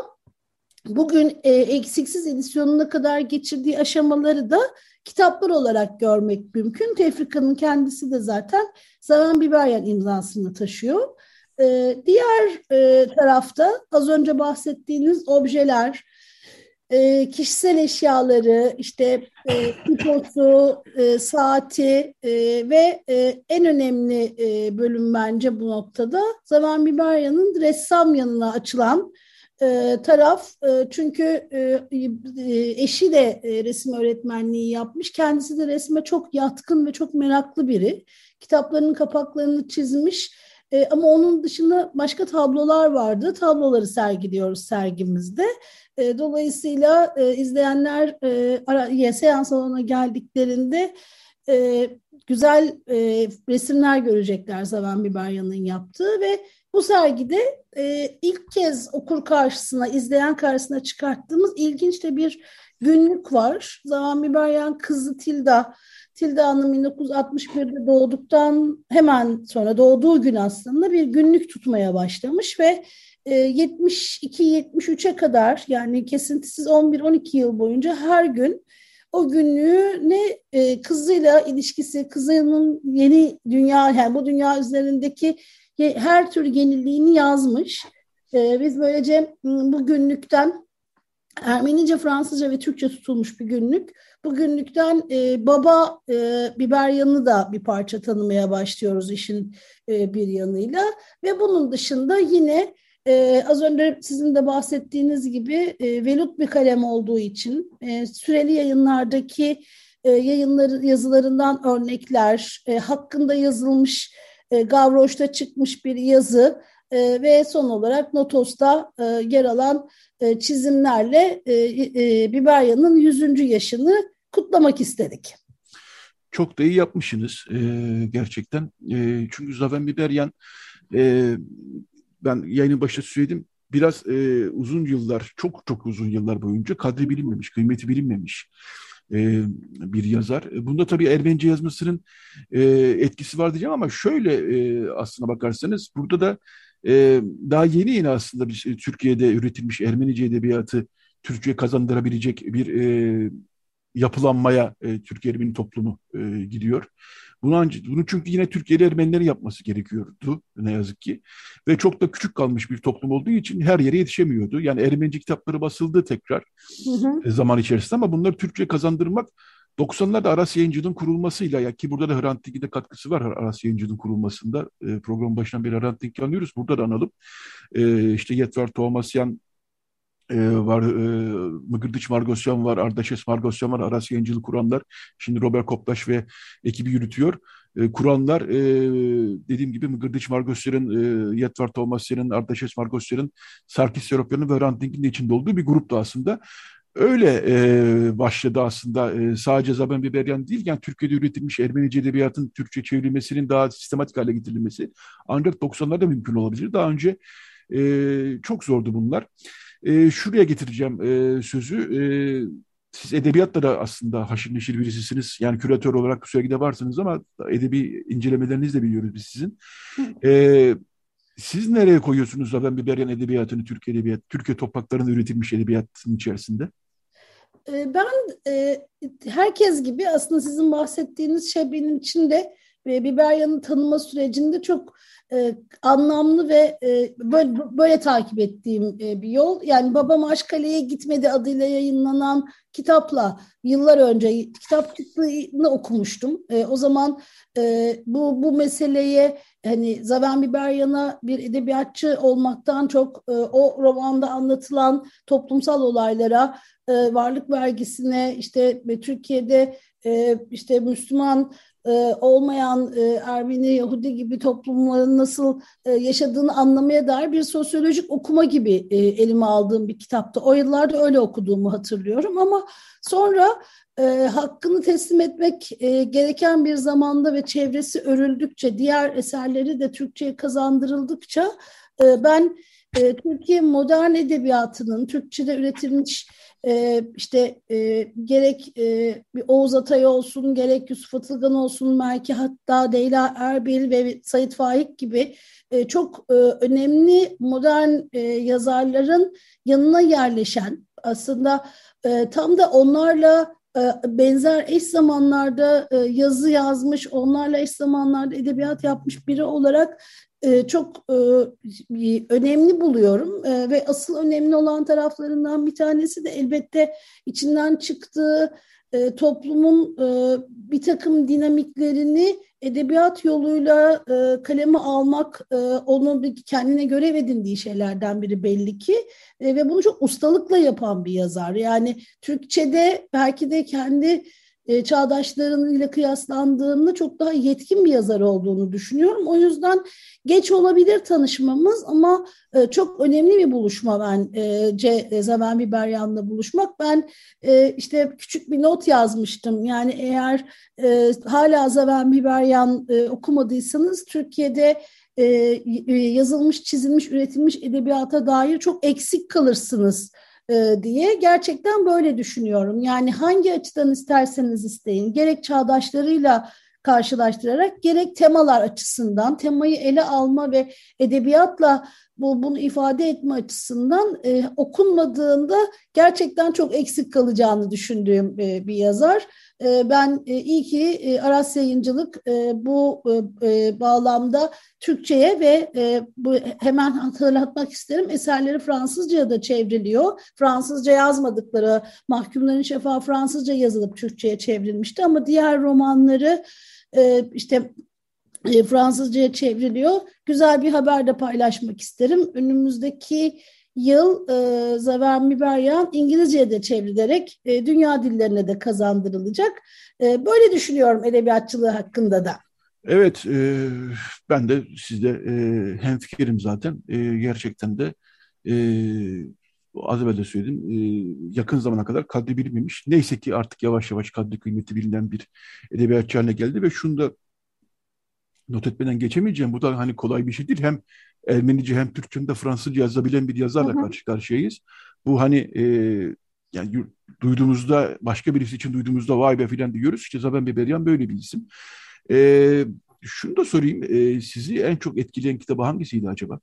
bugün e, eksiksiz edisyonuna kadar geçirdiği aşamaları da kitaplar olarak görmek mümkün. Tefrikanın kendisi de zaten Zaven Biberyan imzasını taşıyor. E, diğer e, tarafta az önce bahsettiğiniz objeler, e, kişisel eşyaları, işte e, piposu, e, saati e, ve e, en önemli e, bölüm bence bu noktada Zaven Biberyan'ın ressam yanına açılan E, taraf, e, çünkü e, eşi de e, resim öğretmenliği yapmış. Kendisi de resme çok yatkın ve çok meraklı biri. Kitaplarının kapaklarını çizmiş. E, ama onun dışında başka tablolar vardı. Tabloları sergiliyoruz sergimizde. E, dolayısıyla e, izleyenler e, seans salonuna geldiklerinde e, güzel e, resimler görecekler Zaven Biberyan'ın yaptığı ve bu sergide e, ilk kez okur karşısına, izleyen karşısına çıkarttığımız ilginç de bir günlük var. Zaven Biberyan kızı Tilda, Tilda Hanım bin dokuz yüz altmış birde doğduktan hemen sonra, doğduğu gün aslında bir günlük tutmaya başlamış ve e, yetmiş iki yetmiş üçe kadar, yani kesintisiz on bir on iki yıl boyunca her gün o günlüğü ne e, kızıyla ilişkisi, kızının yeni dünya, yani bu dünya üzerindeki her tür yeniliğini yazmış. Ee, biz böylece bu günlükten, Ermenice, Fransızca ve Türkçe tutulmuş bir günlük. Bu günlükten e, baba e, Biberyan'ı da bir parça tanımaya başlıyoruz işin e, bir yanıyla. Ve bunun dışında yine e, az önce sizin de bahsettiğiniz gibi e, velut bir kalem olduğu için e, süreli yayınlardaki e, yayınları, yazılarından örnekler, e, hakkında yazılmış, E, Gavroş'ta çıkmış bir yazı e, ve son olarak Notos'ta e, yer alan e, çizimlerle e, e, Biberyan'ın yüzüncü yaşını kutlamak istedik. Çok da iyi yapmışsınız e, gerçekten. E, çünkü Zaven Biberyan, e, ben yayının başında söyledim, biraz e, uzun yıllar, çok çok uzun yıllar boyunca kadri bilinmemiş, kıymeti bilinmemiş e, bir yazar. E, Bunda tabii Ermenice yazmasının e, etkisi var diyeceğim ama şöyle e, aslına bakarsanız burada da e, daha yeni yeni aslında bir, e, Türkiye'de üretilmiş Ermenice edebiyatı Türkçe'ye kazandırabilecek bir e, yapılanmaya e, Türkiye Ermeni toplumu e, gidiyor. Bunu, bunu çünkü yine Türkiye'de Ermenilerin yapması gerekiyordu ne yazık ki. Ve çok da küçük kalmış bir toplum olduğu için her yere yetişemiyordu. Yani Ermenice kitapları basıldı tekrar Hı hı. e, zaman içerisinde ama bunları Türkçe kazandırmak doksanlarda Aras Yayıncı'nın kurulmasıyla ya ki burada da Hrant Dink'in de katkısı var Aras Yayıncı'nın kurulmasında. E, programın başından beri Hrant Dink'i anlıyoruz. Burada da analım. E, işte Yetvar Tomasyan e, var, e, Mıgırdıç Margosyan var, Ardaşes Margosyan var, Aras Yayıncı'nı kuranlar. Şimdi Robert Koptaş ve ekibi yürütüyor. E, kuranlar e, dediğim gibi Mıgırdıç Margosyan'ın, e, Yetvar Tomasyan'ın, Ardaşes Margosyan'ın, Sarkis Seropyan'ın ve Hrant Dink'in de içinde olduğu bir gruptu aslında. Öyle e, başladı aslında. E, sadece Zaben Biberyan değil, yani Türkiye'de üretilmiş Ermenice edebiyatın Türkçe çevrilmesinin daha sistematik hale getirilmesi ancak doksanlarda mümkün olabilir. Daha önce e, çok zordu bunlar. E, şuraya getireceğim e, sözü. E, siz edebiyatla da aslında haşır neşir birisisiniz. Yani küratör olarak bu sergide varsınız ama edebi incelemelerinizi de biliyoruz biz sizin. E, Siz nereye koyuyorsunuz Zaben Biberyan edebiyatını, Türk edebiyat, Türkiye topraklarında üretilmiş edebiyatın içerisinde? E, Ben e, herkes gibi aslında sizin bahsettiğiniz şey benim için de e, Biberyan'ı tanıma sürecinde çok e, anlamlı ve e, böyle, böyle takip ettiğim e, bir yol. Yani Babam Aşkale'ye Gitmedi adıyla yayınlanan kitapla yıllar önce kitapçıklığını okumuştum. E, o zaman e, bu bu meseleye hani Zaven Biberyan'a bir edebiyatçı olmaktan çok e, o romanda anlatılan toplumsal olaylara, e, varlık vergisine, işte e, Türkiye'de e, işte Müslüman e, olmayan e, Ermeni, Yahudi gibi toplumların nasıl e, yaşadığını anlamaya dair bir sosyolojik okuma gibi e, elime aldığım bir kitaptı. O yıllarda öyle okuduğumu hatırlıyorum ama sonra e, hakkını teslim etmek e, gereken bir zamanda ve çevresi örüldükçe, diğer eserleri de Türkçe'ye kazandırıldıkça e, ben e, Türkiye modern edebiyatının Türkçe'de üretilmiş e, işte e, gerek e, bir Oğuz Atay olsun, gerek Yusuf Atılgan olsun, belki hatta Leyla Erbil ve Sait Faik gibi e, çok e, önemli modern e, yazarların yanına yerleşen, aslında e, tam da onlarla e, benzer eş zamanlarda e, yazı yazmış, onlarla eş zamanlarda edebiyat yapmış biri olarak e, çok e, önemli buluyorum. E, ve asıl önemli olan taraflarından bir tanesi de elbette içinden çıktığı e, toplumun e, bir takım dinamiklerini edebiyat yoluyla e, kaleme almak, e, onun bir kendine görev edindiği şeylerden biri belli ki e, ve bunu çok ustalıkla yapan bir yazar. Yani Türkçe'de belki de kendi e, çağdaşlarıyla kıyaslandığında çok daha yetkin bir yazar olduğunu düşünüyorum. O yüzden geç olabilir tanışmamız ama e, çok önemli bir buluşma bence e, Zaven Biberyan'la buluşmak. Ben e, işte küçük bir not yazmıştım. Yani eğer e, hala Zaven Biberyan e, okumadıysanız Türkiye'de e, yazılmış, çizilmiş, üretilmiş edebiyata dair çok eksik kalırsınız diye gerçekten böyle düşünüyorum. Yani hangi açıdan isterseniz isteyin, gerek çağdaşlarıyla karşılaştırarak, gerek temalar açısından, temayı ele alma ve edebiyatla bu, bunu ifade etme açısından e, okunmadığında gerçekten çok eksik kalacağını düşündüğüm e, bir yazar. E, ben e, iyi ki e, Aras Yayıncılık e, bu e, bağlamda Türkçe'ye ve e, bu hemen hatırlatmak isterim, eserleri Fransızca'ya da çevriliyor. Fransızca yazmadıkları Mahkumların Şefağı Fransızca yazılıp Türkçe'ye çevrilmişti ama diğer romanları e, işte e, Fransızca'ya çevriliyor. Güzel bir haber de paylaşmak isterim. Önümüzdeki yıl e, Zaven Biberyan İngilizce'ye de çevrilerek e, dünya dillerine de kazandırılacak. E, böyle düşünüyorum edebiyatçılığı hakkında da. Evet, e, ben de sizde e, hemfikirim zaten. E, gerçekten de e, az evvel de söyledim. E, yakın zamana kadar kadri bilinmemiş. Neyse ki artık yavaş yavaş kadri kıymeti bilinen bir edebiyatçı haline geldi ve şunu da not etmeden geçemeyeceğim. Bu da hani kolay bir şey değil. Hem Ermenice hem Türkçe hem de Fransızca yazabilen bir yazarla Hı hı. karşı karşıyayız. Bu hani e, yani yu- duyduğumuzda, başka birisi için duyduğumuzda vay be filan diyoruz. İşte Zaven Biberian böyle bir isim. E, Şunu da sorayım. E, sizi en çok etkileyen kitabı hangisiydi acaba?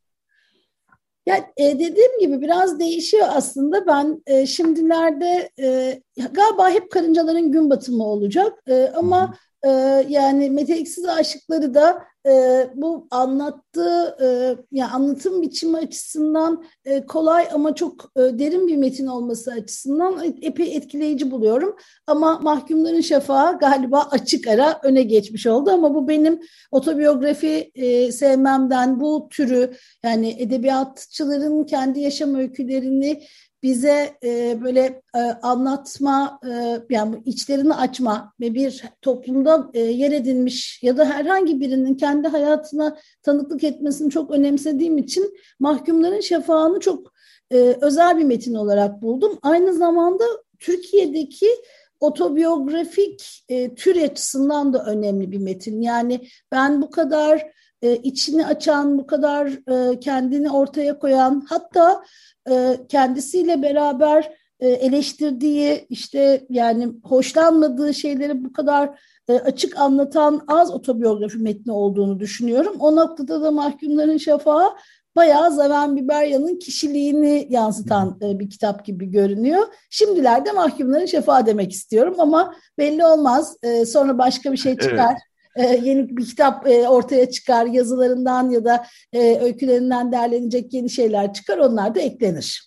Ya e, dediğim gibi biraz değişiyor aslında. Ben e, şimdilerde e, galiba hep Karıncaların Gün Batımı olacak. E, Hı hı. ama e, yani Meteliksiz Aşıkları da e, bu anlattığı e, yani anlatım biçimi açısından e, kolay ama çok e, derin bir metin olması açısından epey etkileyici buluyorum. Ama Mahkumların Şafağı galiba açık ara öne geçmiş oldu. Ama bu benim otobiyografi e, sevmemden, bu türü yani edebiyatçıların kendi yaşam öykülerini bize e, böyle e, anlatma, e, yani içlerini açma ve bir toplumda e, yer edinmiş ya da herhangi birinin kendi hayatına tanıklık etmesini çok önemsediğim için Mahkumların Şafağı'nı çok e, özel bir metin olarak buldum. Aynı zamanda Türkiye'deki otobiyografik e, tür açısından da önemli bir metin. Yani ben bu kadar e, içini açan, bu kadar e, kendini ortaya koyan, hatta e, kendisiyle beraber e, eleştirdiği, işte yani hoşlanmadığı şeyleri bu kadar e, açık anlatan az otobiyografi metni olduğunu düşünüyorum. O noktada da Mahkumların Şafağı bayağı Zaven Biberian'ın kişiliğini yansıtan e, bir kitap gibi görünüyor. Şimdilerde Mahkumların Şafağı demek istiyorum ama belli olmaz. E, sonra başka bir şey çıkar. Evet. E, yeni bir kitap e, ortaya çıkar. Yazılarından ya da e, öykülerinden derlenecek yeni şeyler çıkar. Onlar da eklenir.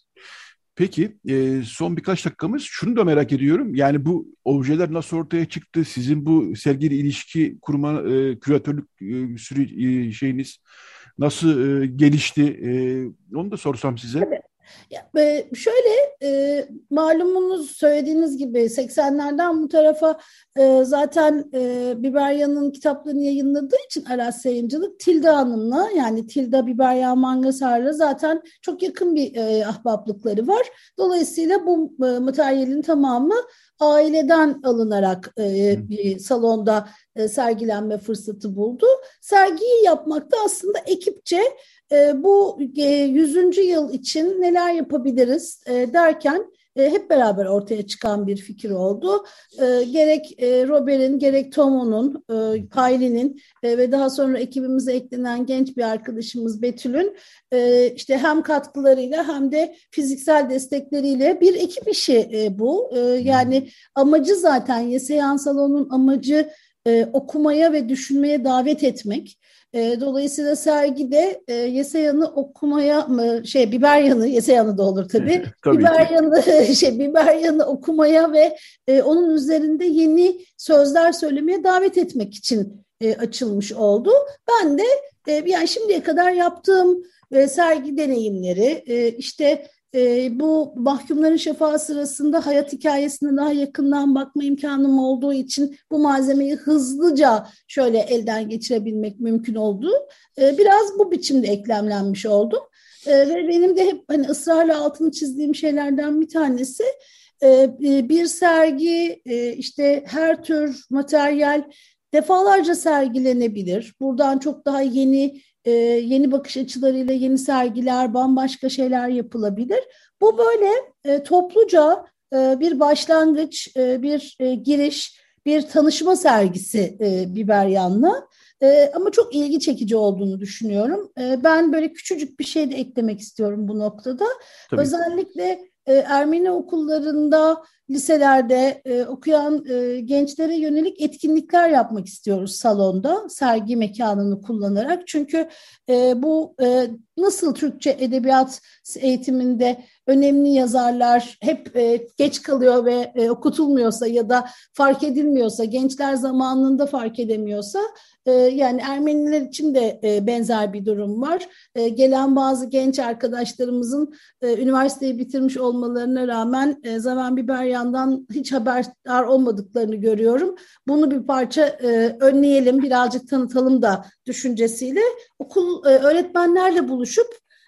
Peki e, son birkaç dakikamız, şunu da merak ediyorum. Yani bu objeler nasıl ortaya çıktı? Sizin bu sergiyle ilişki kurma, e, küratörlük e, sürü e, şeyiniz nasıl e, gelişti? E, onu da sorsam size. Tabii. Ya, e, şöyle e, malumunuz söylediğiniz gibi seksenlerden bu tarafa e, zaten e, Biberian'ın kitaplarını yayınladığı için Aras Yayıncılık Tilda Hanım'la, yani Tilda Biberian Mangasar'la zaten çok yakın bir e, ahbaplıkları var. Dolayısıyla bu e, materyalin tamamı aileden alınarak e, bir salonda e, sergilenme fırsatı buldu. Sergiyi yapmakta aslında ekipçe e, bu e, yüzüncü yıl için neler yapabiliriz e, derken e, hep beraber ortaya çıkan bir fikir oldu. E, gerek e, Robert'in, gerek Tomo'nun, e, Hayri'nin e, ve daha sonra ekibimize eklenen genç bir arkadaşımız Betül'ün e, işte hem katkılarıyla hem de fiziksel destekleriyle bir ekip işi e, bu. E, yani amacı zaten Yeseyan Salon'un amacı e, okumaya ve düşünmeye davet etmek. E, dolayısıyla sergide e, Yeseyan'ı okumaya mı, şey Biberian'ı, Yeseyan'ı da olur tabii. Tabii ki. Biberian'ı şey Biberian'ı okumaya ve e, onun üzerinde yeni sözler söylemeye davet etmek için e, açılmış oldu. Ben de e, yani şimdiye kadar yaptığım e, sergi deneyimleri, e, işte e, bu Mahkumların Şafağı sırasında hayat hikayesine daha yakından bakma imkanım olduğu için bu malzemeyi hızlıca şöyle elden geçirebilmek mümkün oldu. E, biraz bu biçimde eklemlenmiş oldum. E, ve benim de hep hani ısrarla altını çizdiğim şeylerden bir tanesi e, bir sergi, e, işte her tür materyal defalarca sergilenebilir. Buradan çok daha yeni e, yeni bakış açılarıyla yeni sergiler, bambaşka şeyler yapılabilir. Bu böyle e, topluca e, bir başlangıç, e, bir e, giriş, bir tanışma sergisi e, Biberian'la. E, ama çok ilgi çekici olduğunu düşünüyorum. E, ben böyle küçücük bir şey de eklemek istiyorum bu noktada. Tabii. Özellikle e, Ermeni okullarında, liselerde e, okuyan e, gençlere yönelik etkinlikler yapmak istiyoruz salonda, sergi mekanını kullanarak. Çünkü e, bu e, nasıl Türkçe edebiyat eğitiminde önemli yazarlar hep e, geç kalıyor ve e, okutulmuyorsa ya da fark edilmiyorsa, gençler zamanında fark edemiyorsa, e, yani Ermeniler için de e, benzer bir durum var. E, gelen bazı genç arkadaşlarımızın e, üniversiteyi bitirmiş olmalarına rağmen e, Zaven Biberian'dan hiç haberdar olmadıklarını görüyorum. Bunu bir parça e, önleyelim, birazcık tanıtalım da düşüncesiyle okul e, öğretmenlerle buluşup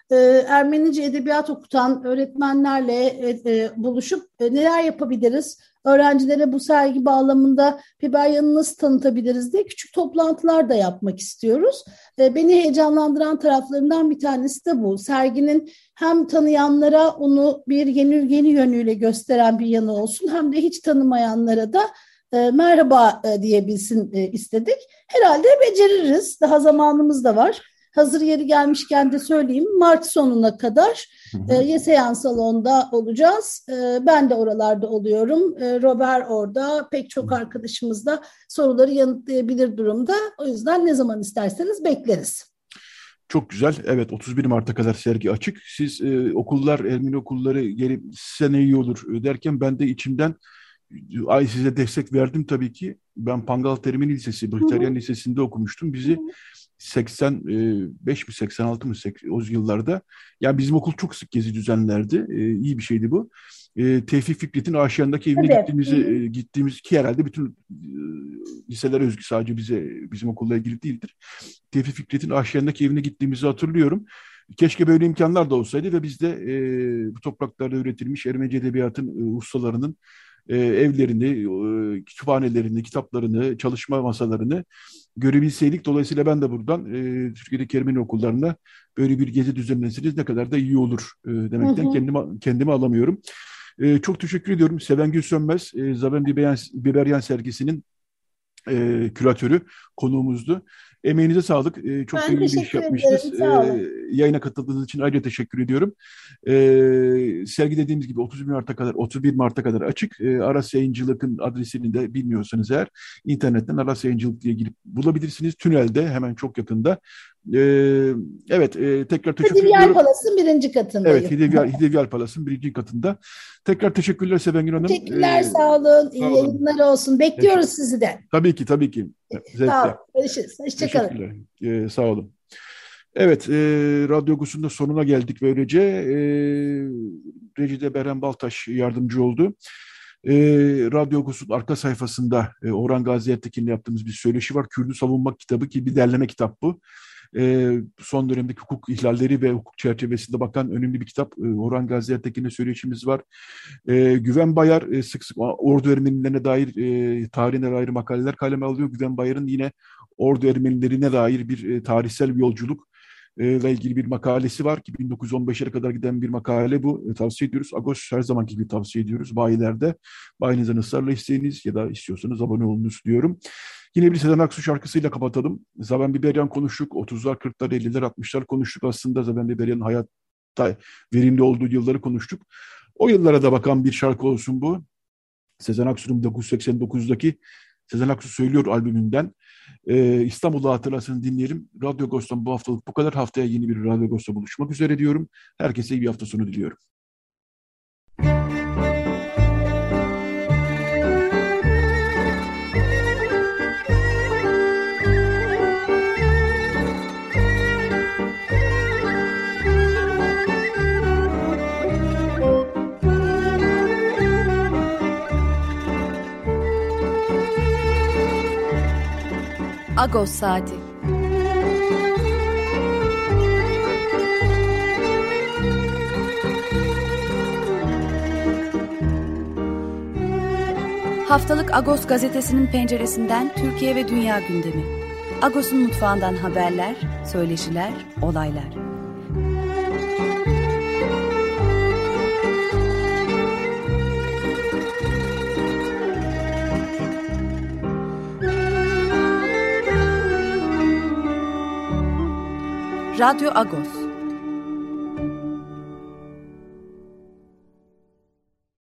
e, Ermenice edebiyat okutan öğretmenlerle e, e, buluşup e, neler yapabiliriz? Öğrencilere bu sergi bağlamında Biberyan'ı nasıl tanıtabiliriz diye küçük toplantılar da yapmak istiyoruz. E, beni heyecanlandıran taraflarından bir tanesi de bu. Serginin hem tanıyanlara onu bir yeni, yeni yönüyle gösteren bir yanı olsun, hem de hiç tanımayanlara da e, merhaba e, diyebilsin e, istedik. Herhalde beceririz. Daha zamanımız da var. Hazır yeri gelmişken de söyleyeyim. Mart sonuna kadar e, Yeseyan Salon'da olacağız. E, ben de oralarda oluyorum. E, Robert orada. Pek çok arkadaşımız da soruları yanıtlayabilir durumda. O yüzden ne zaman isterseniz bekleriz. Çok güzel. Evet, otuz bir Mart'a kadar sergi açık. Siz e, okullar, Ermeni okulları gelip size ne iyi olur derken ben de içimden ay size destek verdim tabii ki. Ben Pangal Ermeni Lisesi, Brihteryan Lisesi'nde okumuştum. Bizi seksen beş mi seksen altı mı o yıllarda. Yani bizim okul çok sık gezi düzenlerdi. E, iyi bir şeydi bu. E, Tevfik Fikret'in Aşiyan'daki evine evet. gittiğimizi e, gittiğimiz ki herhalde bütün e, liselere özgü, sadece bize bizim okulla ilgili değildir. Tevfik Fikret'in Aşiyan'daki evine gittiğimizi hatırlıyorum. Keşke böyle imkanlar da olsaydı ve biz de e, bu topraklarda üretilmiş Ermenice edebiyatın e, ustalarının e, evlerini, e, kütüphanelerini, kitaplarını, çalışma masalarını görebilseydik. Dolayısıyla ben de buradan e, Türkiye'deki Ermeni okullarına böyle bir gezi düzenlenseniz ne kadar da iyi olur e, demekten hı hı. kendimi kendimi alamıyorum. E, çok teşekkür ediyorum. Sevengül Sönmez, e, Zaben Biberyan sergisinin e, küratörü, konuğumuzdu. Emeğinize sağlık. E, çok da iyi bir iş yapmışsınız. E, yayına katıldığınız için ayrıca teşekkür ediyorum. E, sergi dediğimiz gibi otuz bir Mart'a kadar otuz bir Mart'a kadar açık. E, Aras Yayıncılık'ın adresini de bilmiyorsanız eğer internetten Aras Yayıncılık diye girip bulabilirsiniz. Tünelde hemen çok yakında. E, evet, e, tekrar teşekkür Hidevyal ediyorum. Palas'ın birinci katındayım. Evet, Hidevyal, Hidevyal Palas'ın birinci katında. Tekrar teşekkürler Sevengül Hanım. Teşekkürler, ee, sağ olun. İyi yayınlar olsun. Bekliyoruz Teşekkür. sizi de. Tabii ki, tabii ki. Zevkle. Sağ olun. Görüşürüz. Hoşçakalın. Ee, sağ olun. Evet, e, Radyo Agos'un da sonuna geldik böylece. E, Recide Beren Baltaş yardımcı oldu. E, Radyo Agos'un arka sayfasında e, Orhan Gazi Ertekin'le yaptığımız bir söyleşi var. Kürt'ü savunmak kitabı, ki bir derleme kitap bu. E, son dönemdeki hukuk ihlalleri ve hukuk çerçevesinde bakan önemli bir kitap. E, Orhan Gazi Ertekin'le söyleşimiz var. E, Güven Bayar e, sık sık Ordu Ermenilerine dair e, tarihine dair makaleler kaleme alıyor. Güven Bayar'ın yine Ordu Ermenilerine dair bir e, tarihsel bir yolculuk ile ilgili bir makalesi var ki bin dokuz yüz on beşlere kadar giden bir makale bu. E, tavsiye ediyoruz. Agos her zamanki gibi tavsiye ediyoruz. Bayilerde. Bayinizden ısrarla isteyiniz ya da istiyorsanız abone olunuz diyorum. Yine bir Sezen Aksu şarkısıyla kapatalım. Zaben Biberyan konuştuk. otuzlar, kırklar, elliler, altmışlar konuştuk. Aslında Zaben Biberyan'ın hayatta verimli olduğu yılları konuştuk. O yıllara da bakan bir şarkı olsun bu. Sezen Aksu'nun bin dokuz yüz seksen dokuzdaki Sezen Aksu Söylüyor albümünden ee, İstanbul'da hatırlasını dinleyelim. Radyo Agos'tan bu haftalık bu kadar. Haftaya yeni bir Radyo Agos'ta buluşmak üzere diyorum. Herkese iyi bir hafta sonu diliyorum. Agos Saati. Haftalık Agos gazetesinin penceresinden Türkiye ve dünya gündemi. Agos'un mutfağından haberler, söyleşiler, olaylar. Radyo Agos.